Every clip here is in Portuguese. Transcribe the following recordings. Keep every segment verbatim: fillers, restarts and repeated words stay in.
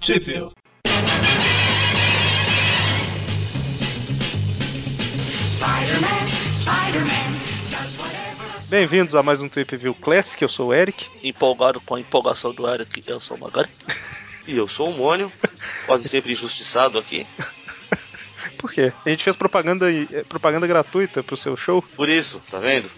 Trip-View. Bem-vindos a mais um Trip-View Classic, eu sou o Eric. Empolgado com a empolgação do Eric, eu sou o Magari. E eu sou o Mônio, quase sempre injustiçado aqui. Por quê? A gente fez propaganda, propaganda gratuita pro seu show. Por isso, tá vendo?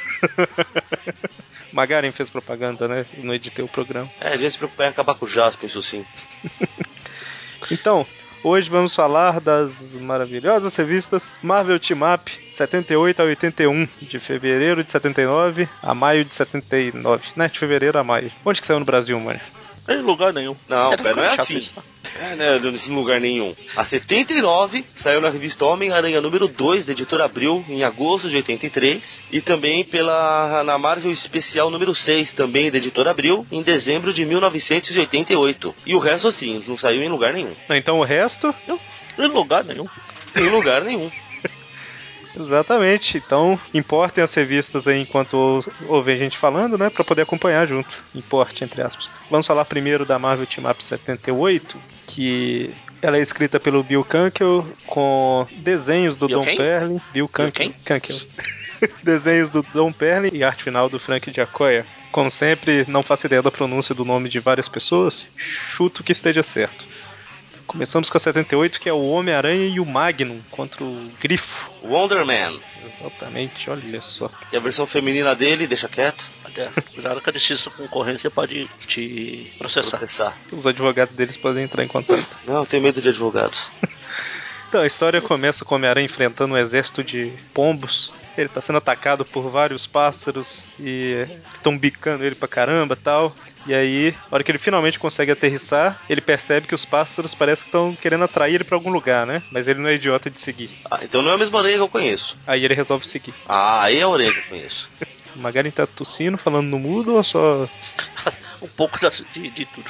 Magaren fez propaganda, né? Não editei o programa. É, a gente se preocupa em acabar com o Jasper, isso sim. Então, hoje vamos falar das maravilhosas revistas Marvel Team Up setenta e oito a oitenta e um, de fevereiro de setenta e nove a maio de setenta e nove, né? De fevereiro a maio. Onde que saiu no Brasil, mano? Em lugar nenhum. Não, é, pera, não é assim. Isso. É, né, em lugar nenhum. A setenta e nove saiu na revista Homem-Aranha número dois, da editora Abril, em agosto de oitenta e três. E também pela, na Marvel Especial número seis, também da editora Abril, em dezembro de mil novecentos e oitenta e oito. E o resto, assim, não saiu em lugar nenhum. Então o resto? Não, em lugar nenhum. Em lugar nenhum. Exatamente, então importem as revistas aí enquanto ouvem a gente falando, né, pra poder acompanhar junto, importe, entre aspas. Vamos falar primeiro da Marvel Team Up setenta e oito, que ela é escrita pelo Bill Kunkel, com desenhos do Bill Don quem? Perlin. Bill Kunkel. Kunkel. Desenhos do Don Perlin e arte final do Frank Giacoia. Como sempre, não faço ideia da pronúncia do nome de várias pessoas, chuto que esteja certo. Começamos com a setenta e oito, que é o Homem-Aranha e o Magnum contra o Grifo. Wonder Man. Exatamente, olha só. E a versão feminina dele, deixa quieto. Até, cuidado que a justiça concorrência pode te processar. Processar. Os advogados deles podem entrar em contato. Não, eu tenho medo de advogados. Então, a história começa com o Homem-Aranha enfrentando um exército de pombos. Ele tá sendo atacado por vários pássaros e estão bicando ele pra caramba e tal. E aí, na hora que ele finalmente consegue aterrissar, ele percebe que os pássaros parecem que estão querendo atrair ele pra algum lugar, né? Mas ele não é idiota de seguir. Ah, então não é a mesma orelha que eu conheço. Aí ele resolve seguir. Ah, aí é a orelha que eu conheço. O Magaren tá tossindo, falando no mudo ou só... um pouco de, de tudo.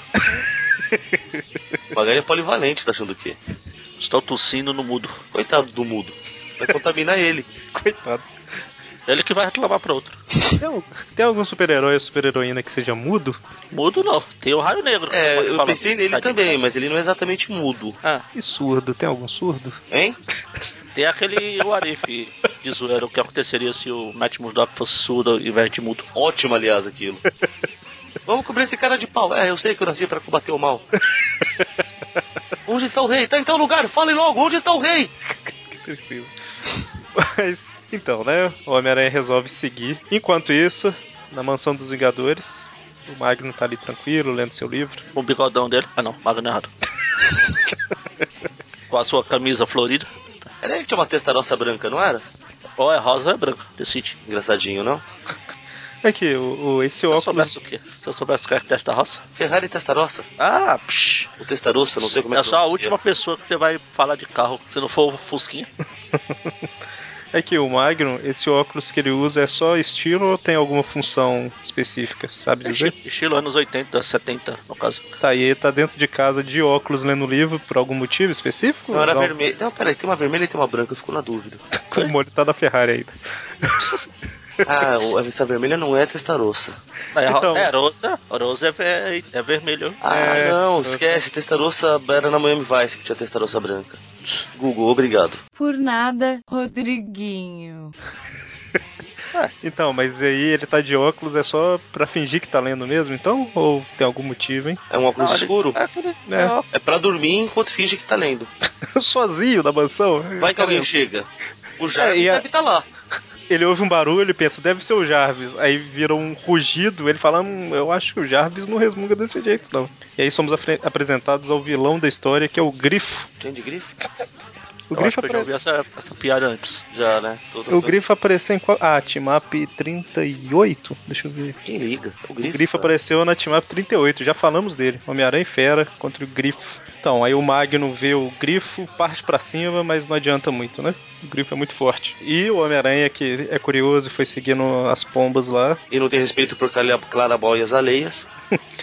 O Magari é polivalente, tá achando o quê? Estou tossindo no mudo. Coitado do mudo. Vai contaminar ele. Coitado. Ele que vai reclamar pra outro. Tem, tem algum super-herói ou super-heroína que seja mudo? Mudo não, tem o Raio Negro. É, eu falar. pensei nele Tadinho. também, mas ele não é exatamente mudo. Ah. E surdo? Tem algum surdo? Hein? Tem aquele Warif de zoeira, o que aconteceria se o Matt Murdock fosse surdo ao invés de mudo. Ótimo, aliás, aquilo. Vamos cobrir esse cara de pau. É, eu sei que eu nasci pra combater o mal. Onde está o rei? Tá em tal lugar, fale logo, onde está o rei? Que tristeza. Mas, então, né, o Homem-Aranha resolve seguir. Enquanto isso, na mansão dos Vingadores, o Magno tá ali tranquilo, lendo seu livro. O bigodão dele. Ah não, Magno errado. Com a sua camisa florida. Era ele que tinha uma testarossa branca, não era? Ou é rosa ou é branca, decide. Engraçadinho, não? É que o, o, esse Se eu óculos... soubesse o quê? Se eu soubesse que é testa roça? Ferrari testarossa. Ah, psh. O testarossa, não sei como é É que só a pronuncia. última pessoa que você vai falar de carro, se não for o Fusquinha. É que o Magnum, esse óculos que ele usa é só estilo ou tem alguma função específica, sabe dizer? Estilo, estilo anos oitenta, setenta, no caso. Tá, e ele tá dentro de casa de óculos lendo livro por algum motivo específico? Não, era vermelho. Não, peraí, tem uma vermelha e tem uma branca, eu fico na dúvida. O molho tá da Ferrari ainda. Ah, essa vermelha não é testarossa. É, Então- é rosa, rosa é, ver, é vermelho. Ah, É, não, eu- esquece, testarossa era na Miami Vice que tinha testarossa branca. Google, obrigado. Por nada, Rodriguinho. Então, mas aí ele tá de óculos, é só pra fingir que tá lendo mesmo, então? Ou tem algum motivo, hein? É um óculos Não, ele- escuro? É, aquele, É. é, ó, É pra dormir enquanto finge que tá lendo. Sozinho na mansão? Vai que alguém Caramba. chega. O Jarvis É, e a- deve estar lá. Ele ouve um barulho, ele pensa, deve ser o Jarvis. Aí vira um rugido, ele fala, hum, eu acho que o Jarvis não resmunga desse jeito, não. E aí somos afre- apresentados ao vilão da história, que é o Grifo. Tem de grifo? O eu Grifo, acho que eu já apare... ouvi essa, essa piada antes. Já, né? Todo o Grifo apareceu em qual... Ah, Team Up trinta e oito? Deixa eu ver. Quem liga? O O grifo, Grifo cara. apareceu na Team Up trinta e oito, já falamos dele. Homem-Aranha e Fera contra o Grifo. Então, aí o Magno vê o Grifo, parte pra cima, mas não adianta muito, né? O Grifo é muito forte. E o Homem-Aranha, que é curioso e foi seguindo as pombas lá. E não tem respeito por clara- clarabóias alheias.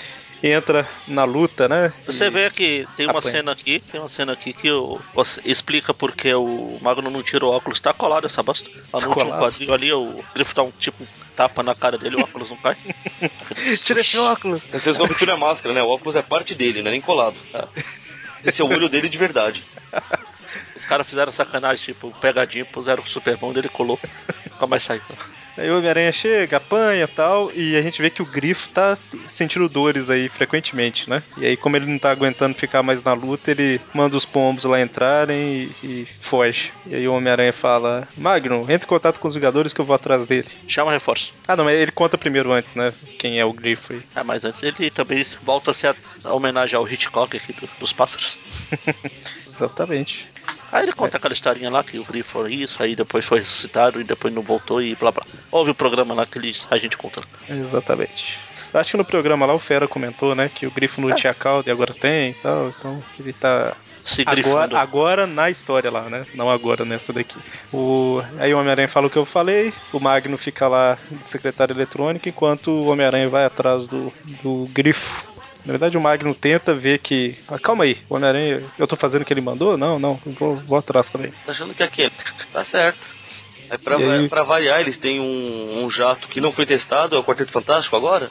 entra na luta, né? Você E vê que tem uma apanha. cena aqui, tem uma cena aqui que o, você explica porque o Magno não tira o óculos, tá colado essa bosta. Lá Tá no último colado? quadrinho ali, o Grifo dá um tipo tapa na cara dele, o óculos não cai. Tira esse óculos! Vocês descobrem que não é máscara, né? O óculos é parte dele, não é nem colado. É. Esse é o olho dele de verdade. Os caras fizeram sacanagem, tipo, pegadinha, puseram o Super Bond, ele colou, nunca mais saiu. Aí o Homem-Aranha chega, apanha e tal, e a gente vê que o Grifo tá sentindo dores aí frequentemente, né? E aí, como ele não tá aguentando ficar mais na luta, ele manda os pombos lá entrarem e, e foge. E aí o Homem-Aranha fala: Magno, entre em contato com os Vingadores que eu vou atrás dele. Chama reforço. Ah, não, mas ele conta primeiro antes, né? Quem é o Grifo aí. É, mas antes ele também volta a ser a, a homenagem ao Hitchcock aqui do- dos pássaros. Exatamente. Aí ele conta aquela historinha lá que o Grifo foi isso, aí depois foi ressuscitado e depois não voltou e blá blá. Houve o programa lá que eles, a gente conta. Exatamente. Eu acho que no programa lá o Fera comentou, né? Que o Grifo não É. tinha cauda e agora tem e tal. Então ele tá. Se Agora, grifando. agora na história lá, né? Não agora nessa daqui. O... Aí o Homem-Aranha fala o que eu falei, o Magno fica lá de secretário eletrônico, enquanto o Homem-Aranha vai atrás do, do Grifo. Na verdade, o Magno tenta ver que. Ah, calma aí, o Homem-Aranha, eu tô fazendo o que ele mandou? Não, não, eu vou, vou atrás também. Tá achando que é aquele? Tá certo. Aí pra, E aí? pra variar, eles têm um, um jato que não foi testado, é o Quarteto Fantástico agora?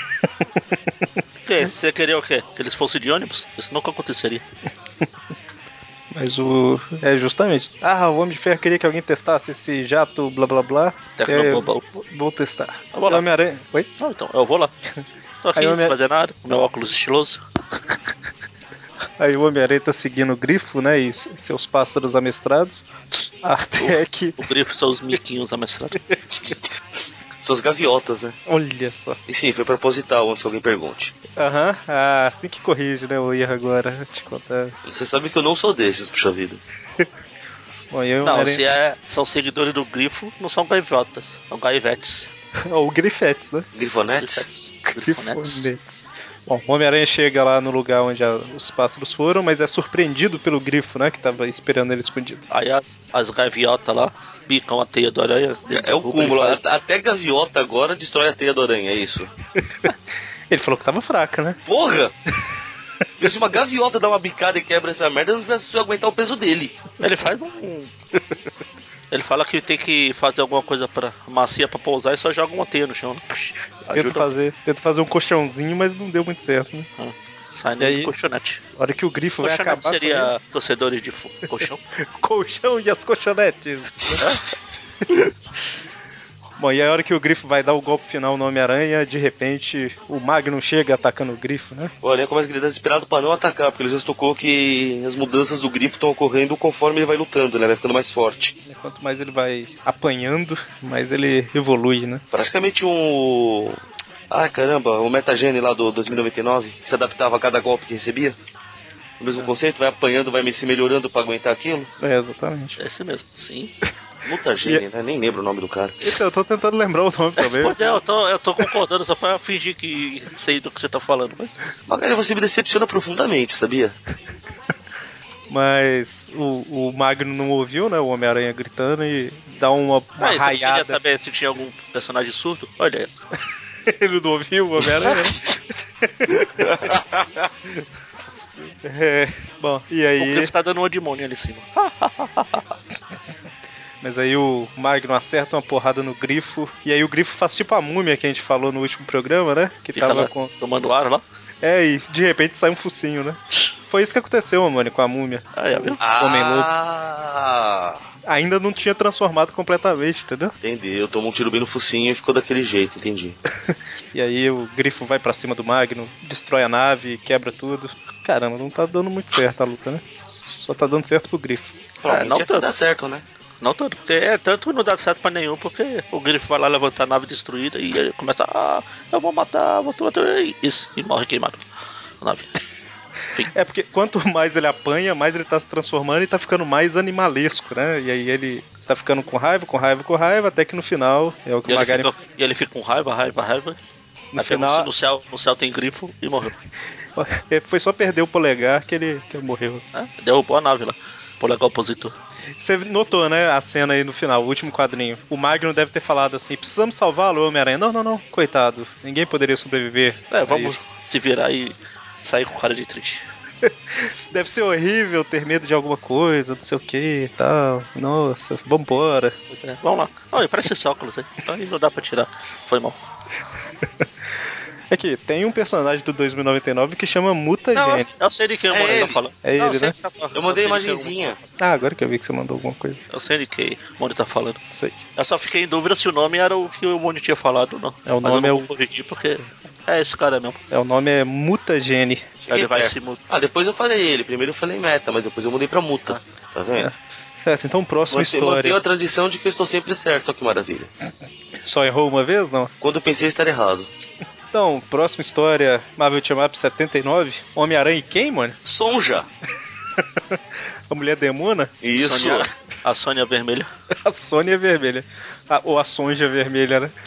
O quê? Você queria o quê? Que eles fossem de ônibus? Isso nunca aconteceria. Mas o. É justamente. Ah, o Homem de Ferro queria que alguém testasse esse jato, blá blá blá. Tecnobubble. É, vou testar. Eu vou E o lá. Homem-Aranha. Oi? Não, então, eu vou lá. Tô aqui Aí o sem Homem- fazer nada, com meu óculos estiloso. Aí o Homem-Aranha tá seguindo o Grifo, né? E s- seus pássaros amestrados. Até que. O Grifo são os miquinhos amestrados. São as gaviotas, né? Olha só. E sim, foi proposital, antes que alguém pergunte. Aham, ah, assim que corrige, né? O erro agora, vou te contar. Você sabe que eu não sou desses, puxa vida. Bom, e aí o Não, Homem-Aranha. se é, são seguidores do Grifo, não são gaivotas, são gaivetes. Ó, o Grifetes, né? Grifonete? Grifetes. Grifonetes. Grifonetes. Bom, o Homem-Aranha chega lá no lugar onde a- os pássaros foram, mas é surpreendido pelo Grifo, né? Que tava esperando ele escondido. Aí as, as gaviotas lá bicam a teia do aranha. É o cúmulo. Até gaviota agora destrói a teia do aranha, é isso? Ele falou que tava fraca, né? Porra! Porque se uma gaviota dá uma bicada e quebra essa merda, eu não preciso aguentar o peso dele. Ele faz um. Ele fala que tem que fazer alguma coisa pra macia pra pousar e só joga uma teia no chão. Né? Psh, Tenta ajuda. fazer, tenta fazer um colchãozinho, mas não deu muito certo, né? Ah, sai E no aí- colchonete. A hora que o Grifo vai Colchonete acabar seria torcedores de fu- colchão. com ele... Colchão e as colchonetes. Bom, e a hora que o Grifo vai dar o golpe final no Homem-Aranha, de repente o Magnum chega atacando o Grifo, né? O aranha começa a gritar desesperado pra não atacar, porque ele já tocou que as mudanças do Grifo estão ocorrendo conforme ele vai lutando, né? Vai ficando mais forte. E quanto mais ele vai apanhando, mais ele evolui, né? Praticamente um... Ai, caramba, o Metagene lá do dois mil e noventa e nove, que se adaptava a cada golpe que recebia. O mesmo conceito, vai apanhando, vai se melhorando pra aguentar aquilo. É, exatamente. É esse mesmo, sim. Mutagene, né? Nem lembro o nome do cara. Então, eu tô tentando lembrar o nome também. Pois é, eu tô, eu tô concordando só pra fingir que sei do que você tá falando, mas. Magari, você me decepciona profundamente, sabia? Mas o, o Magno não ouviu, né? O Homem-Aranha gritando e dá uma, uma Ah, e você queria raiada. saber se tinha algum personagem surdo? Olha aí. Ele não ouviu o Homem-Aranha. É, bom, e O aí. Griff tá dando uma de Mônia ali em cima. Mas aí o Magno acerta uma porrada no Grifo. E aí o Grifo faz tipo a múmia que a gente falou no último programa, né? Que Fica tava lá com. tomando ar lá. É, e de repente sai um focinho, né? Foi isso que aconteceu, mano, com a múmia. Ah, é, viu? Homem-Lobo. Ah, Ainda não tinha transformado completamente, entendeu? entendi. Eu tomo um tiro bem no focinho e ficou daquele jeito, entendi. E aí o Grifo vai pra cima do Magno, destrói a nave, quebra tudo. Caramba, não tá dando muito certo a luta, né? Só tá dando certo pro Grifo. Provavelmente não é que tanto. dá certo, né? Não tanto, porque é tanto não dá certo pra nenhum, porque o Griff vai lá levantar a nave destruída e ele começa, ah, eu vou matar, vou matar, e isso, e morre queimado. A nave. É porque quanto mais ele apanha, mais ele tá se transformando e tá ficando mais animalesco, né? E aí ele tá ficando com raiva, com raiva, com raiva, até que no final é o que E o ele, Magari... fica, e ele fica com raiva, raiva, raiva. No Aí pergunta se final no céu, no céu tem grifo e morreu. foi só perder o polegar que ele, que ele morreu. É, derrubou a nave lá. polegar opositor. Você notou, né, a cena aí no final, o último quadrinho. O Magno deve ter falado assim, precisamos salvá-lo, Homem-Aranha. Não, não, não, coitado. Ninguém poderia sobreviver. É, a vamos isso. se virar e sair com cara de triste. Deve ser horrível ter medo de alguma coisa, não sei o que e tal. Nossa, vambora. Pois é, vamos lá. Olha, parece esse óculos aí. Aí não dá pra tirar. Foi mal. Aqui, tem um personagem do dois mil e noventa e nove que chama Não, Mutagene. eu sei de quem o É Mônio tá ele. falando. É Não, ele, sei né? que tá falando. Eu mandei sei de quem o imagenzinha. Mônio tá falando. Ah, agora que eu vi que você mandou alguma coisa. Eu sei de quem o Mônio tá falando. Sei. Eu só fiquei em dúvida se o nome era o que o Mônio tinha falado ou não. É, o Mas eu nome não é vou o- corrigir porque é esse cara mesmo. É, o nome é Mutagene. Cheguei Ele vai perto. se mudar. Ah, depois eu falei ele. Primeiro eu falei meta, mas depois eu mudei pra muta. Tá vendo? É. Certo, então próxima Mantém- Mantenho história. a tradição de que eu estou sempre certo. Olha que maravilha. Só errou uma vez, não? Quando eu pensei estar errado. Então, próxima história, Marvel Team Up setenta e nove. Homem-Aranha e quem, mano? Sonja. A mulher demona? Isso. Sônia, a Sônia Vermelha. A Sônia Vermelha. A- ou a Sonja Vermelha, né?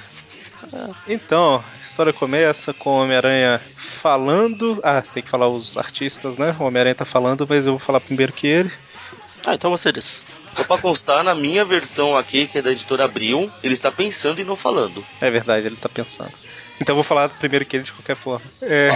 Então, a história começa com o Homem-Aranha falando. Ah, tem que falar os artistas, né? O Homem-Aranha tá falando, mas eu vou falar primeiro que ele. Ah, então você disse. Só pra constar, na minha versão aqui, que é da editora Abril, ele está pensando e não falando. É verdade, ele tá pensando. Então eu vou falar primeiro que ele de qualquer forma. É.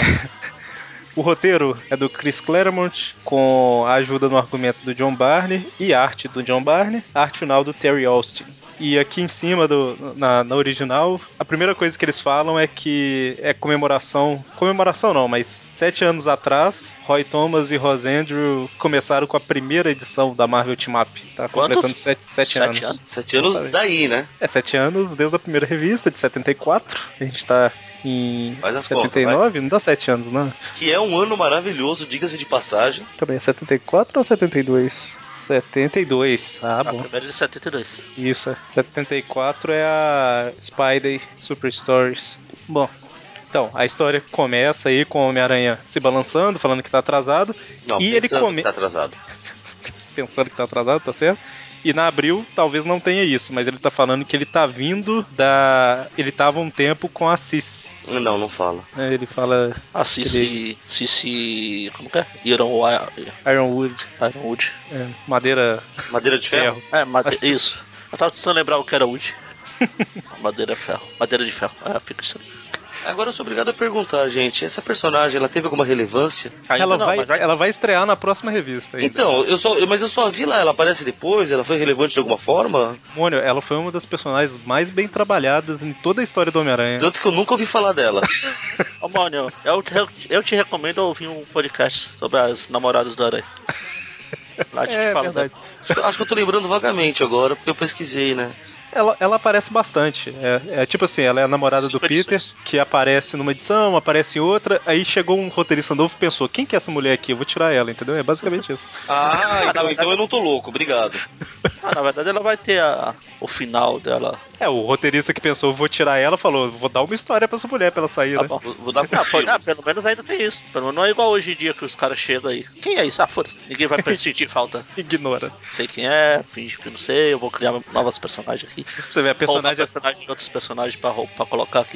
O roteiro é do Chris Claremont, com a ajuda no argumento do John Barney e arte do John Barney, arte final do Terry Austin. E aqui em cima, do, na, na original, a primeira coisa que eles falam é que é comemoração. Comemoração não, mas sete anos atrás, Roy Thomas e Ross Andrew começaram com a primeira edição da Marvel Team Up. Tá completando Quantos? sete, sete, Sete anos. anos? Sete anos Exatamente. daí, né? É, sete anos desde a primeira revista, de setenta e quatro. A gente tá em Faz as setenta e nove, não dá sete anos, não. Que é um ano maravilhoso, diga-se de passagem. Também é setenta e quatro ou setenta e dois? setenta e dois. Ah, A bom. primeira é de setenta e dois. Isso, é. setenta e quatro é a Spidey Super Stories. Bom, então, a história começa aí com o Homem-Aranha se balançando, falando que tá atrasado. Não, e ele pensando come... que tá atrasado. Pensando que tá atrasado, tá certo? E na Abril talvez não tenha isso, mas ele tá falando que ele tá vindo da... Ele tava um tempo com a Cici. Não, não fala. Né? Ele fala A Cici. Cici. Como que é? Iron, Ironwood, Ironwood. é, madeira, Madeira de ferro? ferro. É, made... isso. Eu tava tentando lembrar o que era wood. Madeira é ferro. Madeira de ferro. É, fica isso. Agora eu sou obrigado a perguntar, gente. Essa personagem, ela teve alguma relevância? Ainda Ela, não, vai, mas vai. ela vai estrear na próxima revista ainda. Então, eu só, eu- mas eu só vi lá, ela aparece depois, ela foi relevante de alguma forma? Mônio, ela foi uma das personagens mais bem trabalhadas em toda a história do Homem-Aranha. Tanto que eu nunca ouvi falar dela. Ô, Mônio, eu, te- eu te recomendo ouvir um podcast sobre as namoradas do Aranha. Lá a gente É fala verdade. Acho que- Acho que eu tô lembrando vagamente agora, porque eu pesquisei, né? Ela, ela aparece bastante. É, é tipo assim, ela é a namorada do Cinco Peter, edições. que aparece numa edição, aparece em outra, aí chegou um roteirista novo e pensou, quem que é essa mulher aqui? Eu vou tirar ela, entendeu? É basicamente isso. Ah, então, na então eu não tô louco, obrigado. Ah, na verdade ela vai ter a, o final dela. É, o roteirista que pensou, vou tirar ela, falou, vou dar uma história pra essa mulher pra ela sair, Tá né? bom. Vou, vou dar Ah, pô, cochilo. ah, pelo menos ainda tem isso. Pelo menos não é igual hoje em dia que os caras chegam aí. Quem é isso? Ah, foda-se. Ninguém vai sentir falta. Ignora. Sei quem é, finge que não sei, eu vou criar novas personagens aqui. Você vê, a Roubar personagem, é, personagem de outros personagens pra, rou- pra colocar aqui.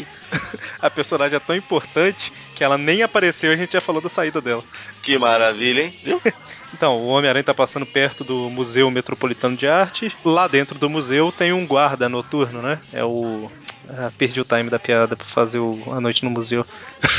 a personagem é tão importante que ela nem apareceu e a gente já falou da saída dela. Que maravilha, hein? Viu? Então, o Homem-Aranha tá passando perto do Museu Metropolitano de Arte. Lá dentro do museu tem um guarda noturno, né? É o... Ah, perdi o time da piada pra fazer o... a noite no museu.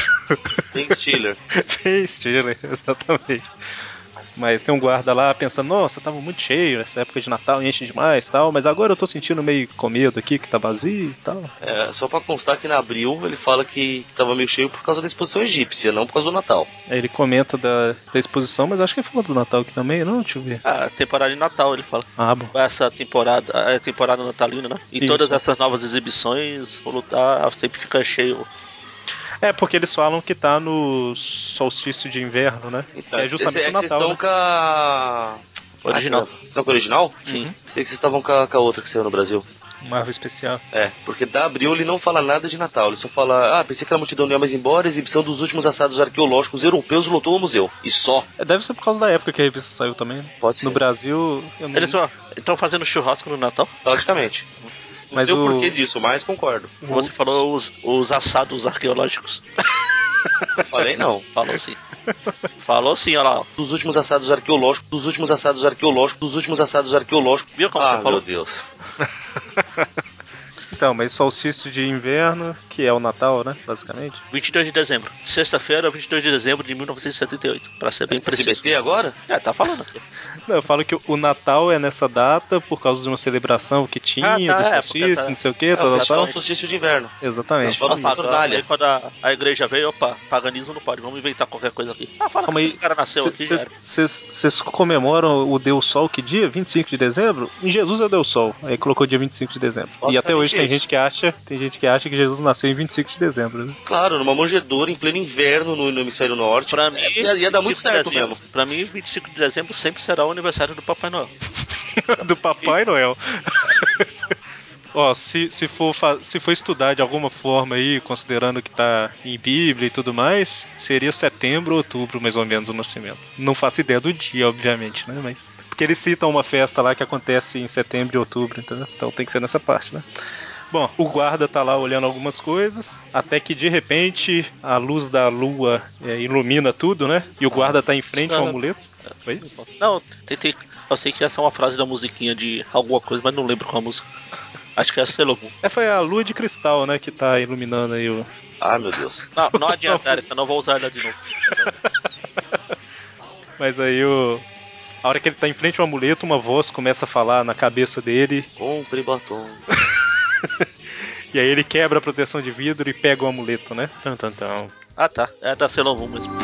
Ben Stiller. Ben Stiller, exatamente. Mas tem um guarda lá pensando, nossa, tava muito cheio essa época de Natal, enche demais e tal, mas agora eu tô sentindo meio com medo aqui, que tá vazio e tal. É, só pra constar que na Abril ele fala que, que tava meio cheio por causa da exposição egípcia, não por causa do Natal. Aí ele comenta da, da exposição, mas acho que ele falou do Natal aqui também, não? Deixa eu ver. Ah, temporada de Natal, ele fala. Ah, bom. Essa temporada, é temporada natalina, né? Em Isso. todas essas novas exibições, o lutar sempre fica cheio. É, porque eles falam que tá no solstício de inverno, né? Que é justamente Esse- o é que vocês Natal, estão né? com a... Original. Ah, vocês estão com a original? Sim. Uhum. Sei que vocês estavam com a, com a outra que saiu no Brasil. Marvel especial. É, porque da Abril ele não fala nada de Natal, ele só fala, ah, pensei que a multidão não ia mais embora, a exibição dos últimos assados arqueológicos europeus lotou o museu. E só. É, deve ser por causa da época que a revista saiu também, né? Pode ser. No Brasil, eu não... Eles estão fazendo churrasco no Natal? Praticamente. Não Mas sei o o- porquê disso, mas concordo. Você falou os, os assados arqueológicos. Falei não. Falou sim. Falou sim, olha lá. Dos últimos achados arqueológicos, dos últimos achados arqueológicos, dos últimos achados arqueológicos. Viu como ah, você falou? Meu Deus. Então, mas solstício de inverno, que é o Natal, né? Basicamente. vinte e dois de dezembro. Sexta-feira, vinte e dois de dezembro de mil novecentos e setenta e oito. Pra ser bem preciso. S B T agora? É, tá falando aqui. Não, eu falo que o Natal é nessa data por causa de uma celebração que tinha, Ah, tá, do é, solstício, porque tá- não sei o que, É, tal, o tal, Natal é tal. o solstício de inverno. Exatamente. Nós falamos Ah, de Fornalha. aí quando a, a igreja veio, opa, paganismo não pode, vamos inventar qualquer coisa aqui. Ah, fala Calma que aí, o cara nasceu aqui, já era. vocês comemoram o Deus Sol que dia? vinte e cinco de dezembro? Em Jesus é o Deus Sol, aí colocou dia vinte e cinco de dezembro. E até hoje tem isso. gente que acha, tem gente que acha que Jesus nasceu em vinte e cinco de dezembro, né? Claro, numa manjedoura em pleno inverno no, no hemisfério norte. Pra mim, ia, ia dar muito vinte e cinco de certo dezembro, mesmo. Pra mim, vinte e cinco de dezembro sempre será o aniversário do Papai Noel. Do Papai Noel. Ó, se, se, for, fa- se for estudar de alguma forma aí, considerando que tá em Bíblia e tudo mais, seria setembro ou outubro, mais ou menos, o nascimento. Não faço ideia do dia, obviamente, né? Mas. Porque eles citam uma festa lá que acontece em setembro e outubro, entendeu? Então tem que ser nessa parte, né? Bom, o guarda tá lá olhando algumas coisas, até que de repente a luz da lua é, ilumina tudo, né? E o guarda tá em frente ao amuleto. Oi? Não, tentei. Eu sei que essa é uma frase da musiquinha de alguma coisa, mas não lembro qual a música. Acho que é Sailor Moon. É, foi a lua de cristal, né, que tá iluminando aí o. Ah, meu Deus. Não, não adianta, Erika, eu não vou usar ela de novo. Mas aí o. A hora que ele tá em frente ao amuleto, uma voz começa a falar na cabeça dele. Compre batom. E aí ele quebra a proteção de vidro e pega o amuleto, né? Tum, tum, tum. Ah tá, é da Sailor Moon mesmo.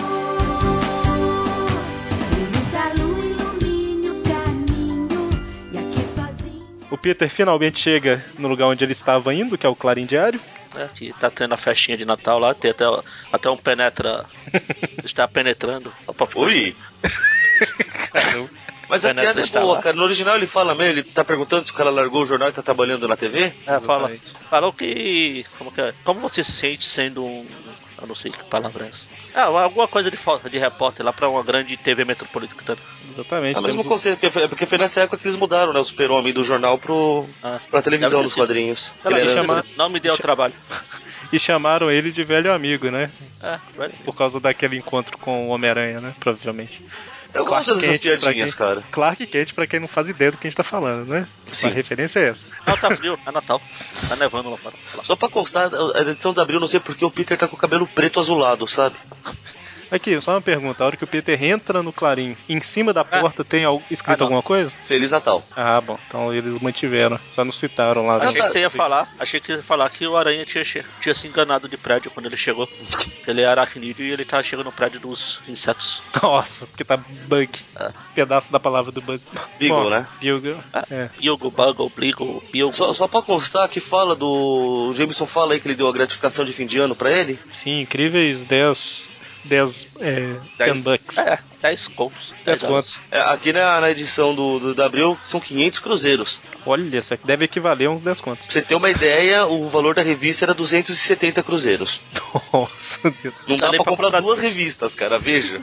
O Peter finalmente chega no lugar onde ele estava indo, que é o Clarim Diário. É, que tá tendo a festinha de Natal lá, tem até, até um penetra. Está penetrando. Opa, ficou Oi? Caramba. Mas a Penetra piada é está boa, lá. cara. No original ele fala mesmo, ele tá perguntando se o cara largou o jornal e tá trabalhando na T V. É, fala, Exatamente. falou que. Como que é? Como você se sente sendo um. Eu não sei que palavra é essa. Ah, alguma coisa de, fo- de repórter lá pra uma grande T V metropolitana. Exatamente. É o mesmo Temos o- conceito, porque foi- é porque foi nessa época que eles mudaram, né? O super-homem do jornal pro, Ah, pra televisão deve ter nos sido. quadrinhos. Ela Ele me era- chama- Não me deu trabalho. E chamaram ele de velho amigo, né? É, velho. Por causa daquele encontro com o Homem-Aranha, né? Provavelmente. Eu gosto dessas pra piadinhas, quem... cara. Clark Kent, pra quem não faz ideia do que a gente tá falando, né? Sim. A referência é essa. Não, tá frio, é Natal. Tá nevando lá fora. Só pra constar, a edição de abril, não sei porque o Peter tá com o cabelo preto azulado, sabe? Aqui, só uma pergunta. A hora que o Peter entra no Clarim, em cima da porta tem algo, escrito Ah, não. alguma coisa? Feliz Natal. Ah, bom. Então eles mantiveram. Só não citaram lá. Achei né? que você ia falar, achei que você ia falar que o Aranha tinha, che- tinha se enganado de prédio quando ele chegou. Que ele é aracnídeo e ele tá chegando no prédio dos insetos. Nossa, porque tá bug. É. Pedaço da palavra do bug. Beagle, Bom, né? Beagle. É. Bilgo, Bugle, Bligo, Bilgo. Só, só pra constar que fala do... O Jameson fala aí que ele deu a gratificação de fim de ano pra ele. Sim, incríveis dez. dez. É, dez dez bucks. É, dez contos. dez dólares. contos. É, aqui na, na edição do, do da abril são quinhentos cruzeiros. Olha, isso aqui deve equivaler a uns dez contos. Pra você ter uma ideia, o valor da revista era duzentos e setenta cruzeiros. Nossa, Deus. Não Dá dá nem pra pra comprar comprar duas duas. revistas, cara, veja.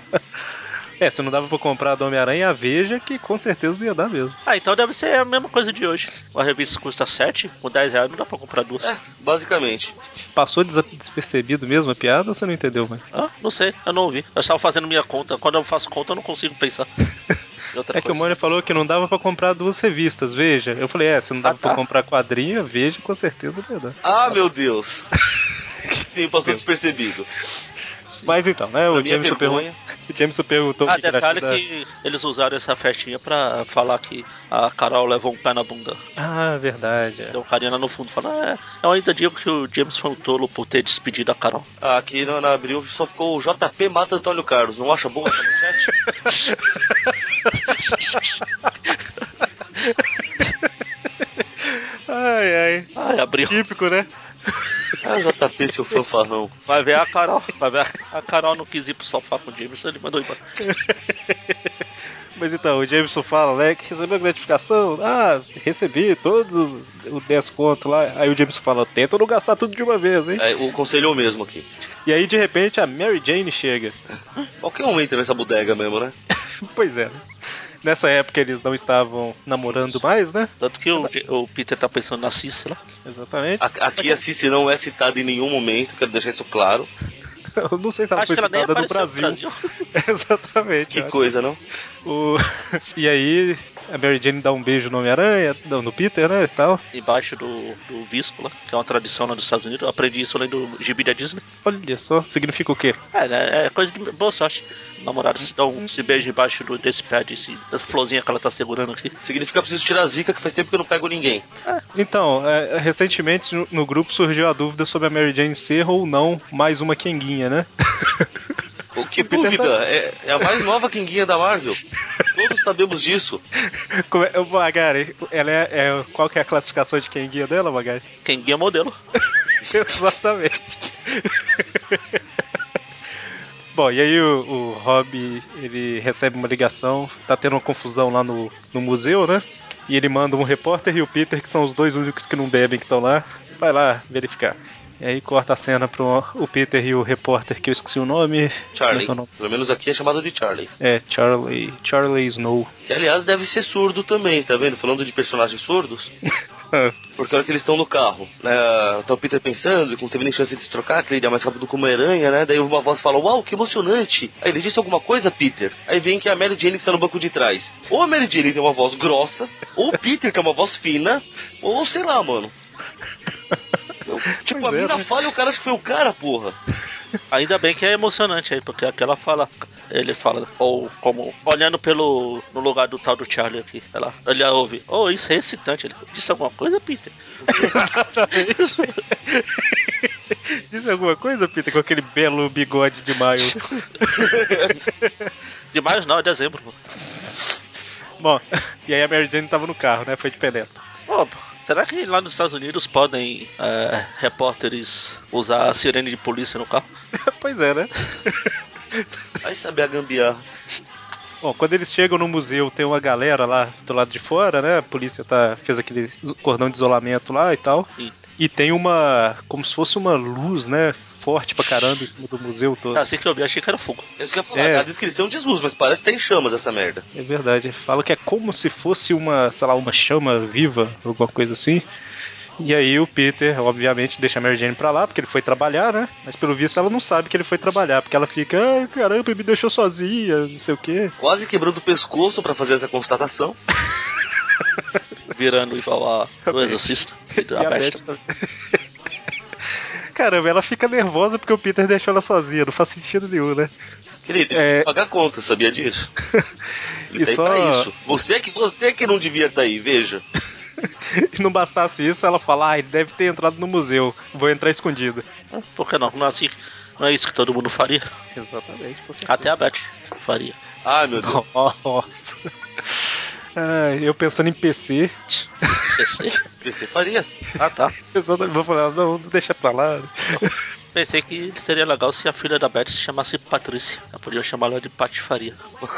É, se não dava pra comprar a do Homem-Aranha, a Veja que com certeza ia dar mesmo. Ah, então deve ser a mesma coisa de hoje. Uma revista custa sete, com dez reais não dá pra comprar duas. É, basicamente. Passou desa- despercebido mesmo a piada ou você não entendeu, mano? Ah, não sei, eu não ouvi. Eu estava fazendo minha conta. Quando eu faço conta, eu não consigo pensar. em outra É que o coisa. Mônio falou que não dava pra comprar duas revistas, Veja. Eu falei, é, se não dava Ah, tá. pra comprar quadrinho, Veja com certeza ia dar. Ah, meu Deus. Sim, passou Sim. despercebido. Mas então, né, Pra o minha Jameson, pergun- vergonha. o Jameson perguntou Ah, o que, que ele achou detalhe da... que eles usaram essa festinha pra falar que a Carol levou um pé na bunda. Ah, verdade. É. Tem um carinha lá no fundo falando, ah, é, eu ainda digo que o James foi um tolo por ter despedido a Carol. Ah, aqui na, na abril só ficou o J P mata Antônio Carlos. Não acha boa essa manchete? Ai, ai. Ai, abriu. Típico, né? Ah, J P, seu fanfarrão. Vai ver a Carol. Vai ver a, a Carol não quis ir pro sofá com o James, ele mandou embora. Mas então, o Jameson fala, né, que recebeu a gratificação. Ah, recebi todos os, os dez contos lá. Aí o Jameson fala, tenta não gastar tudo de uma vez, hein? É, o conselho é o mesmo aqui. E aí, de repente, a Mary Jane chega. Qualquer um entra nessa bodega mesmo, né? Pois é, né? Nessa época eles não estavam namorando mais, né? Tanto que o, o Peter tá pensando na Cici lá. Exatamente. A- Aqui a Cici não é citada em nenhum momento, quero deixar isso claro. Eu não sei se ela Acho foi que ela nem citada no apareceu Brasil. no Brasil. Exatamente. Que ó. coisa, não? O... E aí, a Mary Jane dá um beijo no Homem-Aranha, não, no Peter, né, e tal. Embaixo do, do visco lá, que é uma tradição lá dos Estados Unidos. Eu aprendi isso lendo do gibi da Disney. Olha só, significa o quê? É, né? É coisa de boa sorte. Namorados se dão, se beijam embaixo do, desse pé, desse, dessa florzinha que ela tá segurando aqui. Significa que eu preciso tirar a zica, que faz tempo que eu não pego ninguém. Então, é, recentemente no, no grupo surgiu a dúvida sobre a Mary Jane ser ou não mais uma Kenguinha, né? Oh, que O Peter dúvida! tá- É, é a mais nova Kenguinha da Marvel. Todos sabemos disso. Como é, Magari, ela é, é- qual que é a classificação de Kenguinha dela, Magari? Quem guia modelo. Exatamente. Bom, e aí o, o Rob, ele recebe uma ligação, tá tendo uma confusão lá no, no museu, né? E ele manda um repórter e o Peter, que são os dois únicos que não bebem que estão lá, vai lá verificar. E aí corta a cena pro o Peter e o repórter, que eu esqueci o nome. Como é Charlie. que é o nome? Pelo menos aqui é chamado de Charlie. É, Charlie, Charlie Snow. Que, aliás, deve ser surdo também, tá vendo? Falando de personagens surdos. Porque a hora que eles estão no carro, né? Tá o Peter pensando, que não teve nem chance de se trocar, que ele é mais rápido como uma aranha, né? Daí uma voz fala, uau, que emocionante. Aí ele disse alguma coisa, Peter? Aí vem que é a Mary Jane que está no banco de trás. Ou a Mary Jane tem uma voz grossa, ou o Peter que é uma voz fina, ou sei lá, mano. Eu, tipo, Pois a é, mina né? fala e o cara acha que foi o cara, porra. Ainda bem que é emocionante aí, porque aquela fala, ele fala, ou como, olhando pelo, no lugar do tal do Charlie aqui, ela, ele ouve, oh, isso é excitante, ele disse alguma coisa, Peter? Exatamente. Diz alguma coisa, Peter, com aquele belo bigode de Miles? Demais não, é dezembro, pô. Bom, e aí a Mary Jane tava no carro, né? Foi de penetra. Pô, será que lá nos Estados Unidos podem é, repórteres usar a sirene de polícia no carro? Pois é, né? Vai saber a gambiarra. Bom, quando eles chegam no museu, tem uma galera lá do lado de fora, né? A polícia tá, fez aquele cordão de isolamento lá e tal. E, E tem uma, como se fosse uma luz, né? Forte pra caramba em cima do museu todo. assim que eu vi, achei que era fogo. É isso que eu ia falar, É. a descrição diz luz, mas parece que tem chamas essa merda. É verdade. Fala que é como se fosse uma, sei lá, uma chama viva, alguma coisa assim. E aí o Peter, obviamente, deixa a Mary Jane pra lá, porque ele foi trabalhar, né? Mas pelo visto ela não sabe que ele foi trabalhar, porque ela fica, ah, caramba, me deixou sozinha, não sei o quê. Quase quebrando o pescoço pra fazer essa constatação. Virando igual a o Exorcista. E A a Beth. Beth também. Caramba, ela fica nervosa porque o Peter deixou ela sozinha, não faz sentido nenhum, né? Querido, É. tem que pagar conta, sabia disso? Ele E tá aí só- pra isso. Você que, você que não devia estar aí, veja. E não bastasse isso, ela fala, ah, ele deve ter entrado no museu, vou entrar escondido. Ah, por que não? Não é assim, não é isso que todo mundo faria? Exatamente, com certeza. Até a Beth faria. Ai, meu Deus. Nossa. Ah, eu pensando em P C. P C? Você faria. Ah, tá. Exatamente, vou falar, não, não deixa pra lá. Pensei que seria legal se a filha da Beth se chamasse Patrícia. Eu podia chamar ela de Patifaria.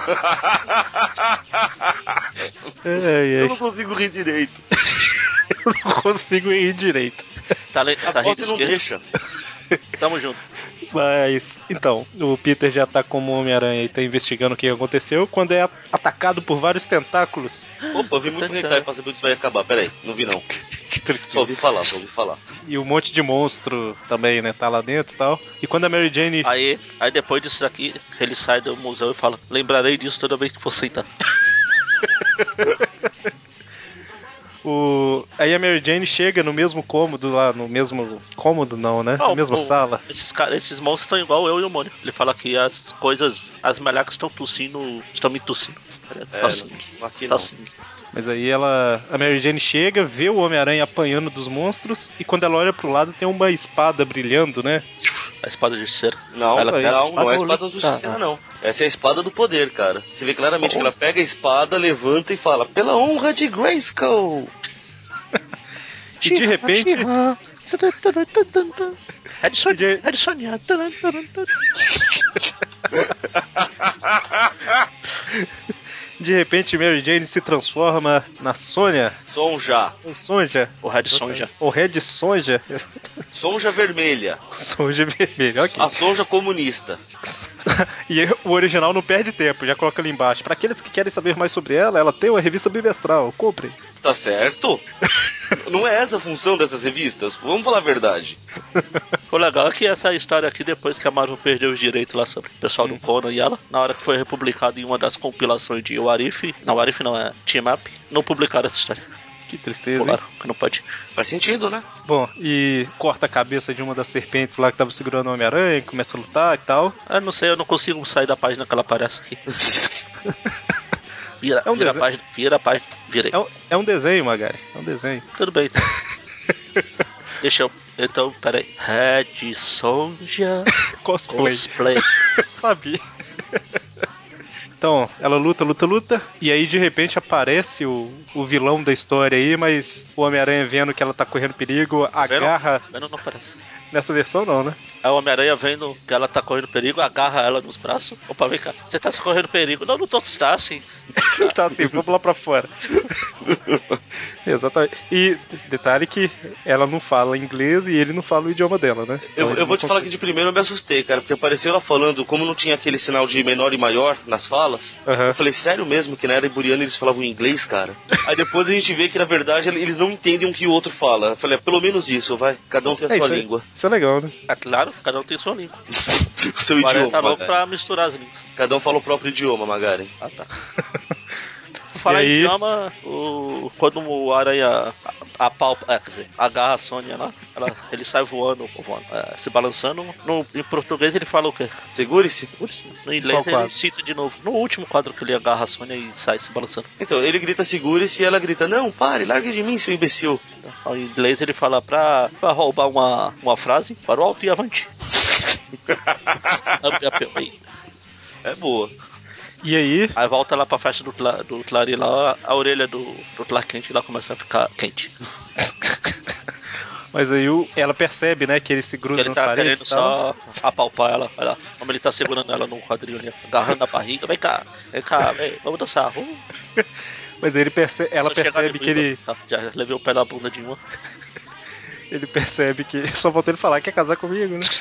Ai, Eu ai. não consigo rir direito. Eu não consigo ir direito. Tá, le- A tá rindo voz não esquerdo? deixa. Tamo junto. Mas, então, o Peter já tá como Homem-Aranha e tá investigando o que aconteceu quando é atacado por vários tentáculos. Opa, eu vi muito hentai pra saber onde isso vai acabar. Pera aí, não vi não. Que Só tristeza. ouvi falar, só ouvi falar. E um monte de monstro também, né, tá lá dentro e tal. E quando a Mary Jane... Aí, aí depois disso daqui, ele sai do museu e fala: lembrarei disso toda vez que for sentar. O... Aí a Mary Jane chega no mesmo cômodo lá, no mesmo... Cômodo não, né? Ó, Na mesma o- sala. Esses, cara, esses monstros estão igual eu e o Mônio. Ele fala que as coisas, as malhacas estão tossindo, estão me tossindo. É, Tossindo. não, aqui não. Tossindo. Mas aí ela, a Mary Jane chega, vê o Homem-Aranha apanhando dos monstros e quando ela olha pro lado tem uma espada brilhando, né? A espada justiceira. Não, Ela pega a não, espada não é a ou espada li- justiceira, Ah, não. Essa é a espada do poder, cara. Você vê claramente que ela Nossa. pega a espada, levanta e fala, pela honra de Grayskull. E de repente, Edson, de- Edson, de repente Mary Jane se transforma na Sônia, Sonja. ou Sonja, o Red Sonja. ou Red Sonja, Sonja vermelha. Sonja vermelha, ok. A Sonja comunista. E o original não perde tempo, já coloca ali embaixo. Pra aqueles que querem saber mais sobre ela, ela tem uma revista bimestral, comprem. Tá certo? Não é essa a função dessas revistas, vamos falar a verdade. O legal é que essa história aqui, depois que a Marvel perdeu os direitos lá sobre o pessoal do Conan e ela, na hora que foi republicado em uma das compilações de Warif, não, Warif não, é Team Up, não publicaram essa história. Que tristeza, Pularam, hein? que não pode. Faz sentido, né? Bom, e corta a cabeça de uma das serpentes lá que tava segurando o Homem-Aranha, começa a lutar e tal. Eu não sei, eu não consigo sair da página que ela aparece aqui. Vira, É um vira a desenho. página, vira a página, virei. É um, é um desenho, Magari, é um desenho. Tudo bem, então. Deixa eu. Então, peraí. Red Sonja Cosplay. Cosplay. Eu sabia. Então, ela luta, luta, luta, e aí de repente aparece o, o vilão da história aí, mas o Homem-Aranha vendo que ela tá correndo perigo, agarra... Venom não aparece. Nessa versão não, né? Aí o Homem-Aranha vendo que ela tá correndo perigo, agarra ela nos braços. Opa, vem cá, você tá correndo perigo? Não, não tô, está assim. Tá assim, vamos lá pra fora. Exatamente. E detalhe que ela não fala inglês e ele não fala o idioma dela, né? Então, Eu, eles eu vou não te falar que conseguem. de primeiro eu me assustei, cara, porque apareceu ela falando, como não tinha aquele sinal de menor e maior nas falas, Aham. eu falei, sério mesmo, que na era iburiana eles falavam inglês, cara? Aí depois a gente vê que na verdade eles não entendem o que o outro fala. Eu falei, é, pelo menos isso, vai, cada um tem a É, sua isso, língua. É, isso é legal, né? É claro, cada um tem sua língua. O seu O Aranha idioma, tá louco Magari. pra misturar as línguas. Cada um fala o próprio idioma, Magari. Ah, tá. Por falar E em aí? idioma, o... quando o Aranha apalpa, é, quer dizer, agarra a Sônia lá, ela... ele sai voando, voando é, se balançando. No... Em português ele fala o quê? Segure-se. No inglês Qual ele quadro? cita de novo. No último quadro que ele agarra a Sônia e sai se balançando. Então, ele grita segure-se e ela grita, não, pare, largue de mim, seu imbecil. Então, em inglês ele fala pra, pra roubar uma, uma frase para o alto e avante. Up, up, away. É boa. E aí, Aí volta lá pra festa do, Cla- do Clary lá, a orelha do, do Clark Kent lá começa a ficar quente. mas aí o- ela percebe, né, que ele se Que gruda ele nas tá paredes querendo e tal. só apalpar ela. Olha lá, como ele tá segurando ela no quadril ali, agarrando na barriga. Vem cá, vem cá, vem, vamos dançar. Uh, Mas aí ele perce... ela só chegar percebe de que ruiva. ele... Tá, já levei o pé da bunda de uma. Ele percebe que... Só falta ele falar que quer casar comigo, né?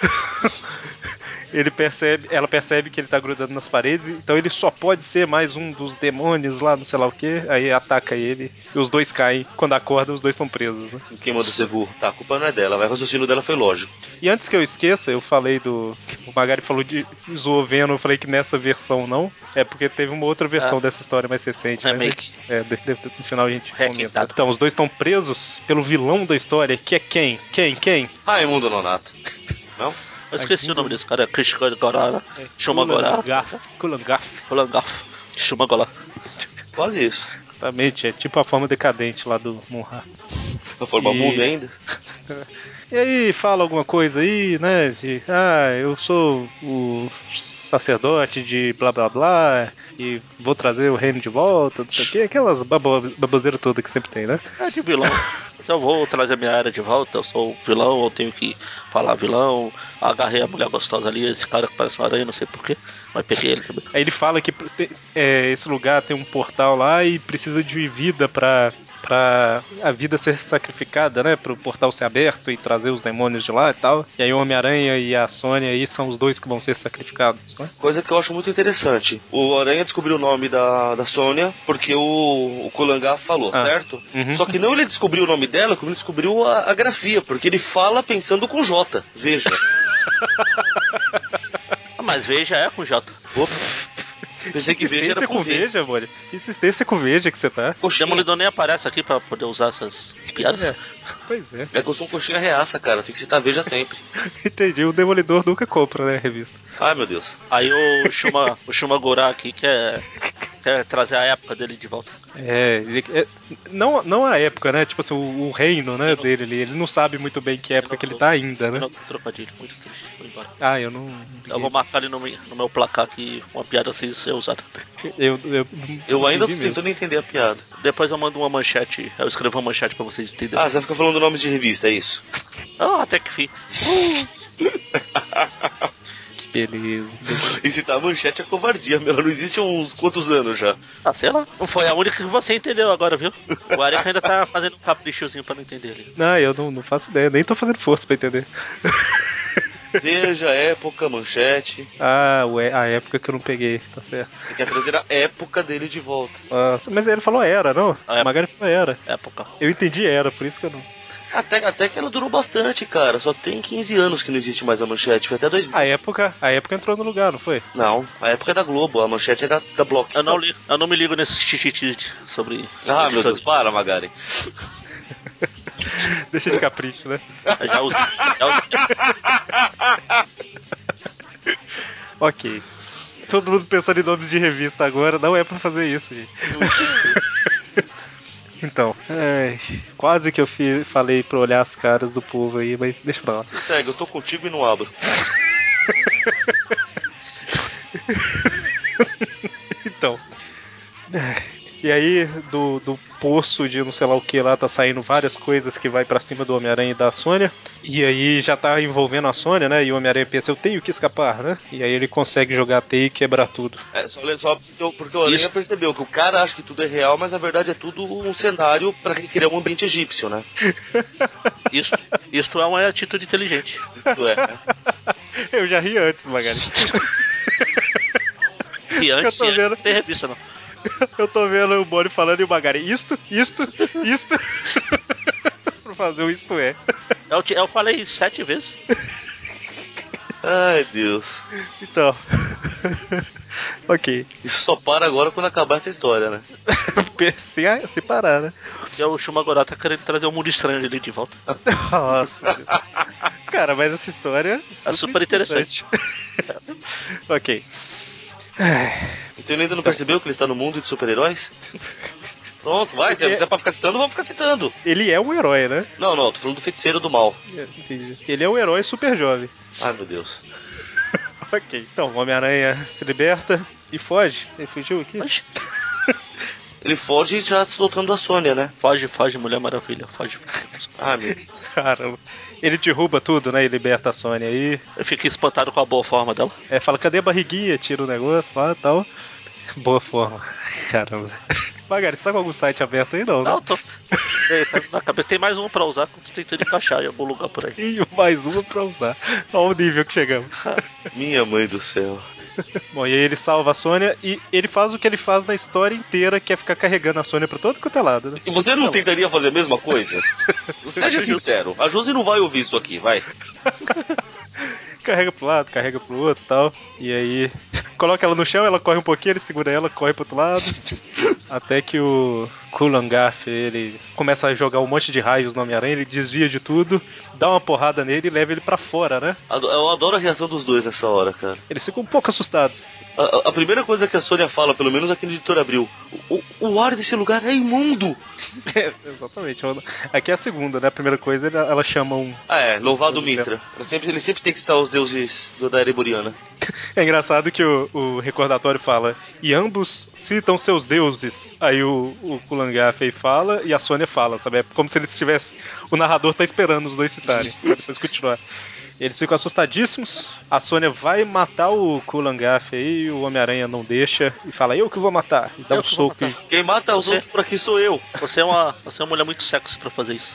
Ele percebe... Ela percebe que ele tá grudando nas paredes, então ele só pode ser mais um dos demônios lá, não sei lá o que. Aí ataca ele e os dois caem. Quando acorda, os dois estão presos, né? Quem manda ser burro? Tá, a culpa não é dela, mas o raciocínio dela foi lógico. E antes que eu esqueça, eu falei do... O Magari falou de zoou Venom, eu falei que nessa versão não. É porque teve uma outra versão Ah. dessa história mais recente, né? Remake. Mas, é, de- de- no final a gente comenta. Requentado. Então, os dois estão presos pelo vilão da história, que é quem? Quem? Quem? Raimundo Nonato. Não? Eu esqueci Ai, o nome desse cara, Krishna Gorara. Shuma Gorara. Kulangaf. Kulangaf. Rolangaf. Shuma Gorara. Quase isso. Exatamente, é tipo a forma decadente lá do Munra. Na forma E- muda ainda. E aí, fala alguma coisa aí, né? De, ah, eu sou o sacerdote de blá blá blá e vou trazer o reino de volta, não sei o que, aquelas babo- baboseiras todas que sempre tem, né? É de vilão. Se eu vou trazer minha área de volta, eu sou vilão, eu tenho que falar vilão. Agarrei a mulher gostosa ali, esse cara que parece uma aranha, não sei porquê, mas peguei ele também. Aí ele fala que te- é, esse lugar tem um portal lá e precisa de vida pra, pra a vida ser sacrificada, né? Pro portal ser aberto e trazer os demônios de lá e tal. E aí o Homem-Aranha e a Sônia aí são os dois que vão ser sacrificados, né? Coisa que eu acho muito interessante. O Aranha descobriu o nome da, da Sônia porque o, o Kulangaf falou, Ah. certo? Uhum. Só que não ele descobriu o nome dela, como ele descobriu a, a grafia, porque ele fala pensando com J. Veja. Ah, mas veja, é com J. Opa. Pensei que Veja era insistência com com V. Veja, amor. Que insistência com Veja que você tá. O Coxinha. Demolidor nem aparece aqui pra poder usar essas piadas. É. Pois é. É que eu sou um coxinha reaça, cara. Tem que citar Veja sempre. Entendi. O Demolidor nunca compra, né, a revista. Ai, meu Deus. Aí o Shuma, o Shuma Gora aqui quer, quer trazer a época dele de volta. É, ele- é, não, não a época, né? Tipo assim, o, o reino, né, dele ali. Ele não sabe muito bem que época que ele tá ainda, né? Não, trocadilho, muito triste. Vou embora. Ah, eu não. Eu vou marcar ali no, meu- no meu placar aqui uma piada sem ser usada. Eu, eu, não Eu ainda tô entendi mesmo. tentando entender a piada. Depois eu mando uma manchete. Eu escrevo uma manchete pra vocês entenderem. Ah, você vai ficar falando nomes de revista, é isso? Ah, até que fim. Que beleza. E citar a manchete é covardia, meu. Ela não existe há uns quantos anos já. Ah, sei lá. Não foi a única que você entendeu agora, viu? O Areca ainda tá fazendo um caprichozinho pra não entender ali. Não, eu não, não faço ideia. Nem tô fazendo força pra entender. Veja, época, manchete. Ah, ué, a época que eu não peguei, tá certo. Você quer trazer a época dele de volta. Nossa, mas ele falou era, não? A época. Magari falou era. Época. Eu entendi era, por isso que eu não. Até, até que ela durou bastante, cara. Só tem quinze anos que não existe mais a manchete. Foi até dois mil. A época, a época entrou no lugar, não foi? Não, a época é da Globo. A manchete é da, da Block. Eu não, li, eu não me ligo nesses tititi sobre. Ah, meu Deus, para, Magari. Deixa de capricho, né? Eu já usei. Já usei. Ok. Todo mundo pensando em nomes de revista agora, não é pra fazer isso, gente. Então, ai, quase que eu fi, falei pra olhar as caras do povo aí, mas deixa pra lá. Segue, eu tô contigo e não abro. Então. E aí, do, do poço de não sei lá o que lá, tá saindo várias coisas que vai pra cima do Homem-Aranha e da Sônia. E aí já tá envolvendo a Sônia, né? E o Homem-Aranha pensa, eu tenho que escapar, né? E aí ele consegue jogar a teia e quebrar tudo. É, só, só porque, porque o Aranha Isso. percebeu que o cara acha que tudo é real, mas na verdade é tudo um cenário pra criar um ambiente egípcio, né? Isso, isso é uma atitude inteligente. Isso é, né? Eu já ri antes, Magari. Que antes, Eu tô antes vendo. não tem revista, não. Eu tô vendo o Boni falando e o Magari, isto, isto, isto. Pra fazer o isto é. Eu, te- eu falei sete vezes. Ai, Deus. Então. Ok. Isso só para agora quando acabar essa história, né? Se, se parar, né? E o Shumagorá tá querendo trazer o mundo estranho dele de volta. Nossa. Deus. Cara, mas essa história é super, É super interessante. Ok. Então ele ainda não percebeu que ele está no mundo de super-heróis? Pronto, vai, se é pra ficar citando, vamos ficar citando. Ele é um herói, né? Não, não, tô falando do feiticeiro do mal. É, entendi. Ele é um herói super jovem. Ai, meu Deus. Ok. Então, o Homem-Aranha se liberta e foge. Ele fugiu aqui? Foge, Ele foge já se soltando da Sônia, né? foge, foge, Mulher Maravilha, foge. Ah, meu Deus. Caramba. Ele derruba tudo, né? E liberta a Sônia aí. Eu fiquei espantado com a boa forma dela. É, fala, cadê a barriguinha? Tira o negócio lá e tal. Boa forma. Caramba. Magari, você tá com algum site aberto aí, não, né? Não, tô. Tem, tá na cabeça. Tem mais um pra usar que eu tô tentando encaixar em algum lugar por aí. E mais uma pra usar. Olha o nível que chegamos. Minha mãe do céu. Bom, e aí ele salva a Sônia e ele faz o que ele faz na história inteira, que é ficar carregando a Sônia pra todo quanto é lado, né? E você não, Não. tentaria fazer a mesma coisa? Seja sincero, a Josi não vai ouvir isso aqui, vai. Carrega pro lado, carrega pro outro e tal. E aí, coloca ela no chão, ela corre um pouquinho, ele segura ela, corre pro outro lado. Até que o Kulangaf, ele começa a jogar um monte de raios no Homem-Aranha, ele desvia de tudo, dá uma porrada nele e leva ele pra fora, né? Eu adoro a reação dos dois nessa hora, cara. Eles ficam um pouco assustados. A, a- a primeira coisa que a Sônia fala, pelo menos aqui no Editor Abril, o, o ar desse lugar é imundo. É, exatamente. Aqui é a segunda, né? A primeira coisa, ela ela chama um... Ah, é, louvado Os deuses Mitra. Ele sempre, ele sempre tem que citar os deuses do- da Ereboriana. É engraçado que o, o recordatório fala, e ambos citam seus deuses. Aí o, o Kulangaf aí fala e a Sônia fala, sabe? É como se eles tivessem. O narrador tá esperando os dois citarem, pra depois continuar. Eles ficam assustadíssimos. A Sônia vai matar o Kulangaf aí, o Homem-Aranha não deixa e fala, eu que vou matar. E dá Eu um que vou soco e. matar. Quem mata os Você? outros por aqui sou eu. Você é uma, você é uma mulher muito sexy pra fazer isso.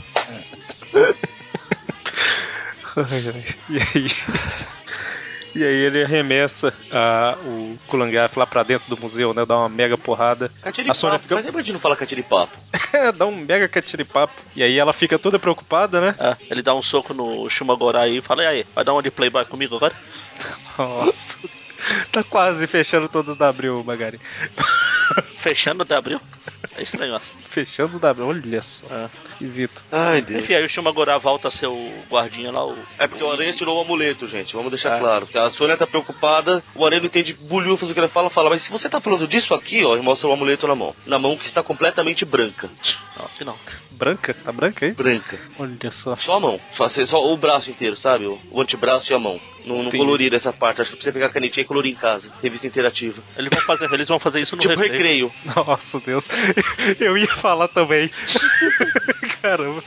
Ai, ai. E aí. E aí ele arremessa a, o Kulangaf lá pra dentro do museu, né? Dá uma mega porrada. A Sônia Catiripapo, fica. faz tempo a gente não fala catiripapo. Dá um mega catiripapo. E aí ela fica toda preocupada, né? É, ele dá um soco no Shumagorá aí e fala, e aí, vai dar uma de playboy comigo agora? Nossa. Tá quase fechando todos da Abril, Magari. Fechando de abril? É estranho assim. Fechando os W, olha só. É. Esquisito. Ai, Deus. Enfim, aí o Shumagorá volta a ser o guardinha lá, o... É porque o Aranha tirou o amuleto, gente. Vamos deixar É. claro. Porque a Sônia tá preocupada, o Aranha não entende bulhufas o que ela fala, fala, mas se você tá falando disso aqui, ó, e mostra o amuleto na mão. Na mão que está completamente branca. Não, aqui não. Branca? Tá branca aí? Branca. Olha só. Só a mão. Só, só o braço inteiro, sabe? O, o antebraço e a mão. Não, não Entendi. colorir essa parte. Acho que precisa pegar a canetinha e colorir em casa. Revista interativa. Eles vão fazer, eles vão fazer isso no Tipo recreio. recreio. Nossa, Deus. Eu ia falar também. Caramba.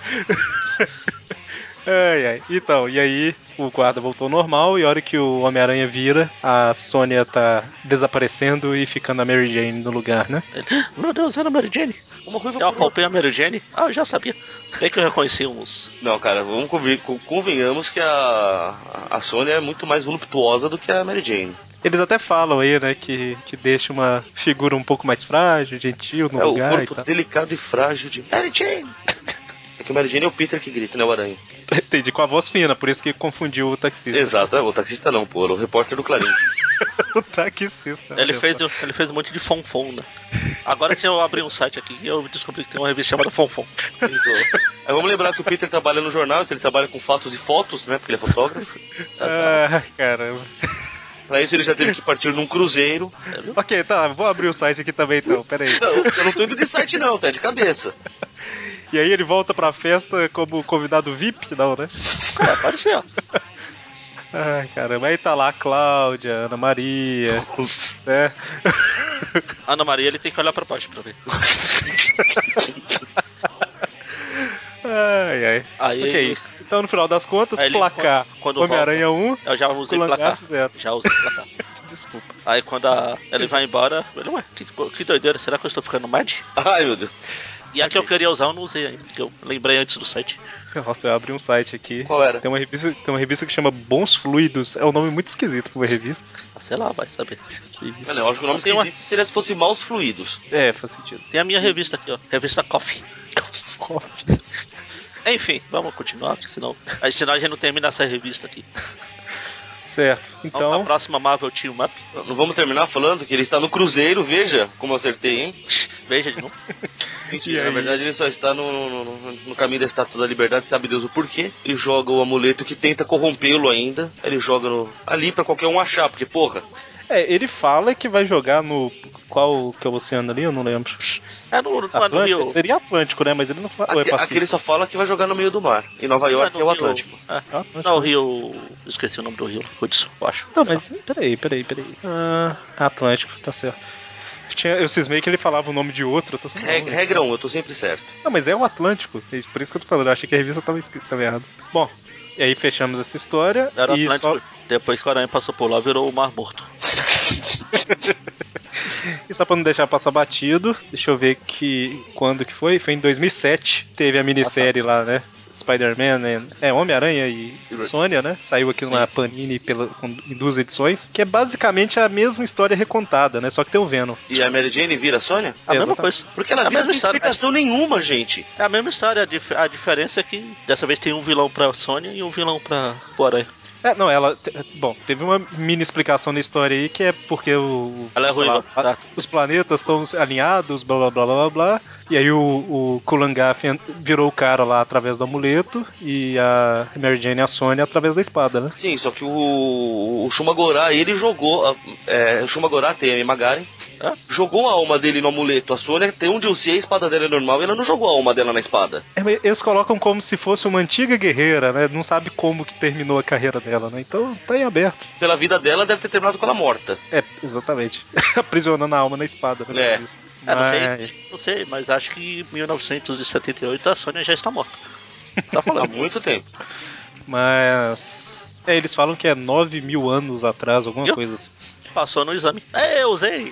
Ai, ai. Então, e aí o guarda voltou ao normal e a hora que o Homem-Aranha vira, a Sônia tá desaparecendo e ficando a Mary Jane no lugar, né? Ele, meu Deus, era a Mary Jane. Uma ruiva Eu por uma... apalpei a Mary Jane? Ah, eu já sabia. Bem que eu reconheci uns... Não, cara, vamos conven... convenhamos que a... a Sônia é muito mais voluptuosa do que a Mary Jane. Eles até falam aí, né, que, que deixa uma figura um pouco mais frágil, gentil no é lugar o e corpo tal. delicado e frágil de Mary Jane. É que o Mary Jane é o Peter que grita, né, o Aranha. Entendi, com a voz fina, por isso que confundiu o taxista. Exato, é, o taxista não, pô, era o repórter do Clarim. O taxista. Ele olha fez, só. um- ele fez um monte de fonfon, né? Agora sim eu abri um site aqui e eu descobri que tem uma revista chamada Fonfon. Isso. Aí vamos lembrar que o Peter trabalha no jornal, então ele trabalha com fatos e fotos, né, porque ele é fotógrafo. Ah, caramba. Pra isso ele já teve que partir num cruzeiro. Ok, tá, vou abrir o site aqui também então, peraí. Não, eu não tô indo de site não, tá de cabeça. E aí ele volta pra festa como convidado V I P? Não, né? É, pode ser, ó. Ai, caramba, aí tá lá a Cláudia, Ana Maria, né? Ana Maria, ele tem que olhar pra baixo pra ver. Ai, ai. Aí, Ok, então no final das contas, Aí ele, placar quando Homem-Aranha um, eu já usei Kulangar placar. zero. Já usei placar. Desculpa. Aí quando a, ele vai embora, ele, ué, que, que doideira, será que eu estou ficando mad? Ai, meu Deus. E a que eu queria usar eu não usei ainda, porque eu lembrei antes do site. Nossa, eu abri um site aqui. Qual era? Tem uma revista, tem uma revista que chama Bons Fluidos. É um nome muito esquisito pra uma revista. Ah, sei lá, vai saber. Que isso. Ah, não, eu acho que o nome Tem uma- esquisito seria se fosse maus fluidos. É, faz sentido. Tem a minha revista aqui, ó. Revista Coffee. Coffee. Enfim, vamos continuar, que senão, aí, senão a gente não termina essa revista aqui. Certo. Vamos pra Então, próxima Marvel Team Up. Não vamos terminar falando que ele está no cruzeiro, veja como eu acertei, hein? Veja de novo. Mentira, E na aí? verdade ele só está no, no, no- no caminho da Estátua da Liberdade, sabe Deus o porquê. Ele joga o amuleto que tenta corrompê-lo ainda. Ele joga no, ali pra qualquer um achar, porque porra, é, ele fala que vai jogar no. Qual que é o oceano ali? Eu não lembro. É no, não é no Atlântico? Rio. Seria Atlântico, né? Mas ele não fala. Ou é aqui, aqui Pacífico? ele só fala que vai jogar no meio do mar. Em Nova Não é York no é o Rio. Atlântico. É. Ah, Atlântico, Não, o né? Rio. Esqueci o nome do rio. Hudson, eu acho. Não, Sei lá. mas peraí, peraí, peraí. Ah, Atlântico, tá certo. Tinha, eu cismei que ele falava o nome de outro. Eu tô sempre, Re- não, regra um, eu tô sempre certo. Não, mas é o Atlântico. é Por isso que eu tô falando. Eu achei que a revista tava escrita tava errado. Bom, e aí fechamos essa história. Era o e Atlântico. só, Depois que o Aranha passou por lá, virou o Mar Morto. e só pra não deixar passar batido, deixa eu ver que quando que foi? Foi em dois mil e sete. Teve a minissérie lá, né? Spider-Man, né? É, Homem-Aranha e Sônia, né? Saiu aqui Sim. na Panini pela, com, em duas edições. Que é basicamente a mesma história recontada, né? Só que tem o Venom. E a Mary Jane vira a Sônia? A É, mesma exatamente. coisa. Porque ela É a vira mesma sem história. explicação nenhuma, gente. É a mesma história. A, dif- a diferença é que dessa vez tem um vilão pra Sônia e um vilão pra o Aranha. É, não, ela. te- Bom, teve uma mini explicação na história aí que é porque o. Ela é sei lá, ruiva, a- tá? os planetas estão alinhados, blá blá blá blá blá. E aí o, o Kulangar virou o cara lá através do amuleto e a Mary Jane e a Sônia através da espada, né? Sim, só que o, o Shumagorá, ele jogou. a- É, o Shumagorá tem a Magaren. Hã? Jogou a alma dele no amuleto. A Sônia tem onde eu sei, a espada dela é normal e ela não jogou a alma dela na espada. É, mas eles colocam como se fosse uma antiga guerreira, né? Não sabe como que terminou a carreira dela, né? Então tá em aberto. Pela vida dela, deve ter terminado com ela morta. É, exatamente. Aprisionando a alma na espada, né? É. pelo visto. É, não sei, Mas. não sei, mas acho que em mil novecentos e setenta e oito a Sônia já está morta. Só Há falando. muito tempo. Mas. É, eles falam que é nove mil anos atrás, alguma Viu? coisa assim. Passou no exame. É, eu usei.